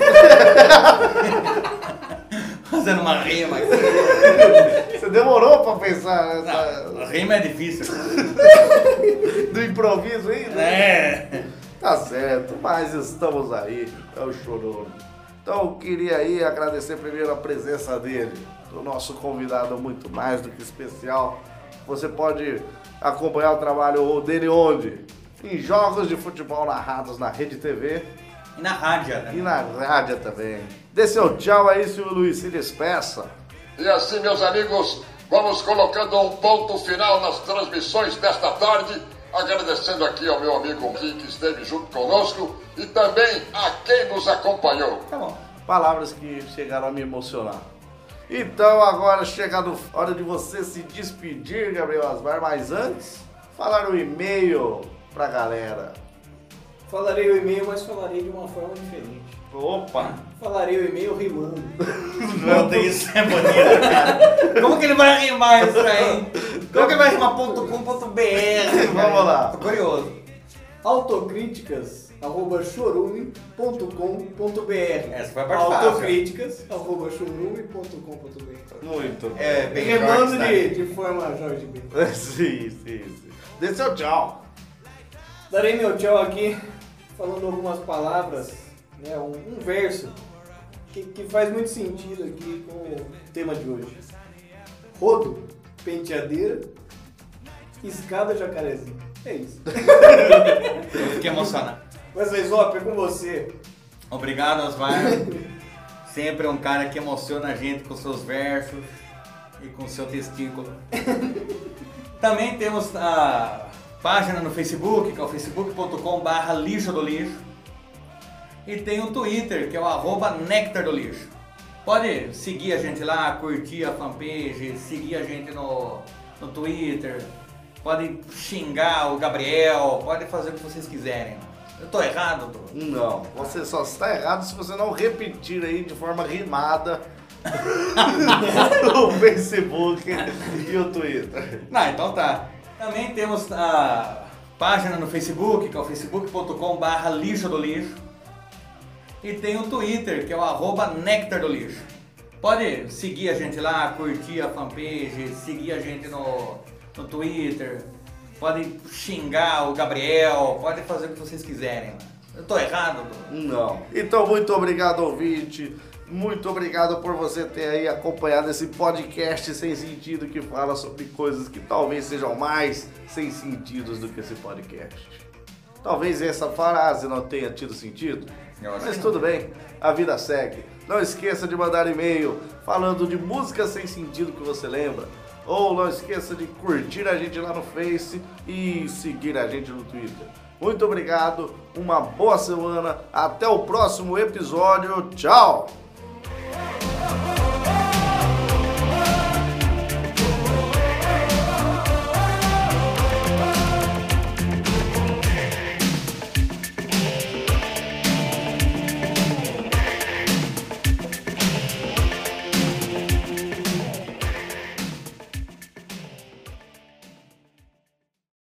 Fazendo uma rima aqui. Você demorou pra pensar nessa... Não, rima é difícil. do improviso ainda? É. Tá certo, mas estamos aí, é o chorume. Então eu queria aí agradecer primeiro a presença dele, do nosso convidado muito mais do que especial. Você pode acompanhar o trabalho dele onde? Em jogos de futebol narrados na Rede TV E na rádio, né? e na rádio também. Dê seu tchau aí, Silvio Luiz, se despeça. E assim, meus amigos, vamos colocando um ponto final nas transmissões desta tarde, agradecendo aqui ao meu amigo Kim, que esteve junto conosco, e também a quem nos acompanhou. Tá bom. Palavras que chegaram a me emocionar. Então agora chega a hora de você se despedir, Gabriel Asmar, mas antes, falar o e-mail pra galera. Falarei o e-mail, mas falarei de uma forma diferente. Opa! Falarei o e-mail rimando. Puta, isso é bonito, cara. Como que ele vai rimar isso aí? Como que ele vai rimar .com.br? Vamos lá. Tô curioso. autocríticas@chorume.com.br. Essa foi a parte fácil. autocríticas@chorume.com.br. Muito. É, bem Remando short, de forma Jorge B. Sim. Dê seu tchau. Darei meu tchau aqui, falando algumas palavras, né, um verso que faz muito sentido aqui com o tema de hoje. Rodo, penteadeira, escada, jacarezinho. É isso. Eu fiquei emocionado. Wesley Zop, é com você. Obrigado, Osmar. Sempre um cara que emociona a gente com seus versos e com seu testículo. Também temos a página no Facebook, que é o facebook.com/lixo do lixo. E tem o Twitter, que é o @Néctar do Lixo. Pode seguir a gente lá, curtir a fanpage, seguir a gente no Twitter. Pode xingar o Gabriel, pode fazer o que vocês quiserem. Eu tô errado, Dô? Não, você só está errado se você não repetir aí de forma rimada o Facebook e o Twitter. Não, então tá. Também temos a página no Facebook, que é o facebook.com/lixo do lixo. E tem o Twitter, que é o @Néctar do Lixo. Pode seguir a gente lá, curtir a fanpage, seguir a gente no Twitter. Pode xingar o Gabriel, pode fazer o que vocês quiserem. Eu tô errado, Dô? Não. Então, muito obrigado, ouvinte. Muito obrigado por você ter aí acompanhado esse podcast sem sentido que fala sobre coisas que talvez sejam mais sem sentidos do que esse podcast. Talvez essa frase não tenha tido sentido, mas tudo bem, a vida segue. Não esqueça de mandar e-mail falando de músicas sem sentido que você lembra. Ou não esqueça de curtir a gente lá no Face e seguir a gente no Twitter. Muito obrigado, uma boa semana, até o próximo episódio, tchau!